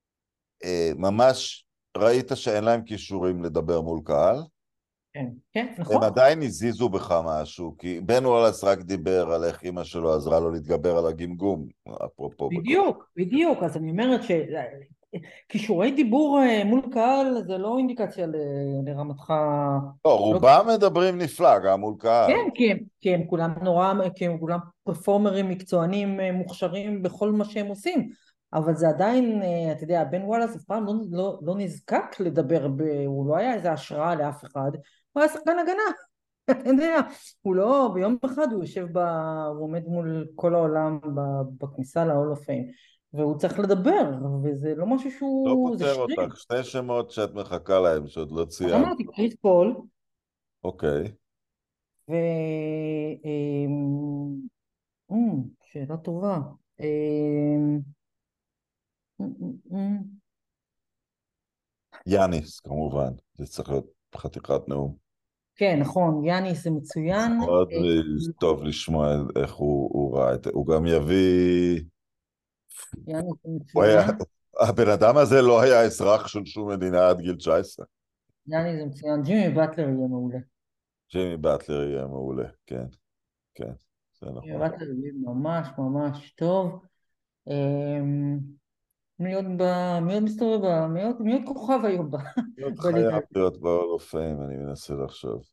ממש ראית שאין להם כישורים לדבר מול קהל. כן, כן, נכון. הם עדיין הזיזו בך משהו, כי בן וולאס רק דיבר על איך אמא שלו עזרה לו להתגבר על הגמגום, אפרופו. בדיוק, אז אני אומרת שכישורי דיבור מול קהל זה לא אינדיקציה לרמתך. לא, רובם מדברים נפלא, גם מול קהל. כן, כי הם כולם כי הם כולם פרפורמרים מקצוענים מוכשרים בכל מה שהם עושים, אבל זה עדיין, אתה יודע, בן וואלאס אף פעם לא נזקק לדבר, הוא לא היה איזה השראה לאף אחד, הוא היה שחקן הגנה. אתה יודע, הוא לא, ביום אחד הוא הוא עומד מול כל העולם בכניסה להול אוף פיים, והוא צריך לדבר, וזה לא משהו לא שהוא, זה פותר שריד. אותך, שתי שמות שאת מחכה להם, שעוד לא אז ציינת. אמרתי, קריס פול, אוקיי. ו... שאלה טובה. יאניס, כמובן, זה צריך להיות חתיכת נאום. כן, נכון, יאניס זה מצוין. מאוד טוב לשמוע איך הוא ראה את זה. הוא גם יביא... יאניס זה הוא היה... מצוין. הבן אדם הזה לא היה אזרח של שום מדינה עד גיל 19. יאניס זה מצוין. ג'ימי באטלר יהיה מעולה. ג'ימי באטלר יהיה מעולה, כן, כן, זה נכון. ג'ימי באטלר יהיה ממש ממש טוב. מי עוד מסתובב, מי עוד כוכב היום עוד בליגה? חייב להיות ב-Hall of Fame, אני מנסה לחשוב.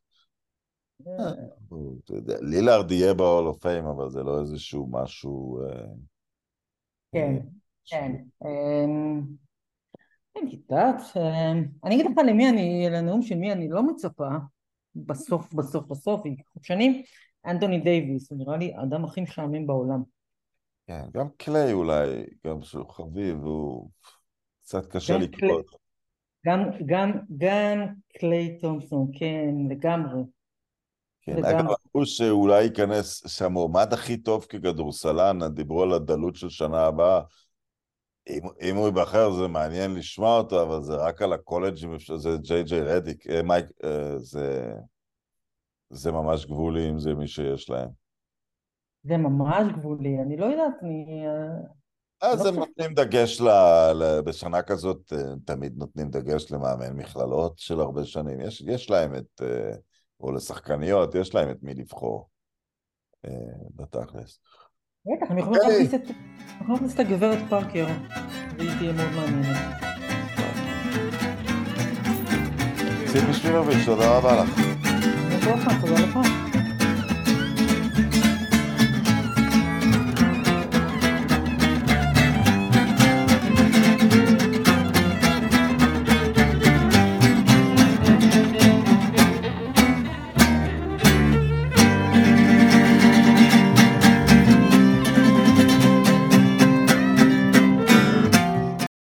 לילארד יהיה ב-Hall of Fame, אבל זה לא איזשהו משהו... כן, כן. אני יודעת, אני אגיד לך לנאום של מי אני לא מצפה, בסוף, ייקחו שנים, אנתוני דייביס, הוא נראה לי האדם הכי משעמם בעולם. כן, גם קליי אולי, גם שהוא חביב, הוא קצת קשה לקרוא. גם קליי תומפסון, כן, לגמרי. כן, אגב, אמרו שאולי ייכנס שהמועמד הכי טוב ככדורסלן, דיברו על הדלות של שנה הבאה, אם הוא ייבחר זה מעניין לשמוע אותו, אבל זה רק על הקולג'ים, זה ג'יי רדיק, מייק, זה ממש גבולי אם זה מי שיש להם. זה ממש גבולי, אני לא יודעת, אז הם נותנים דגש, בשנה כזאת תמיד נותנים דגש למאמן מכללות של הרבה שנים, יש להם או לשחקניות, יש להם את מי לבחור בתכלס. בטח, הם יכולים להכניס את הגברת פארקר, והיא תהיה מאוד מעניינת. ציפי שפילוביץ', תודה רבה לך. תודה.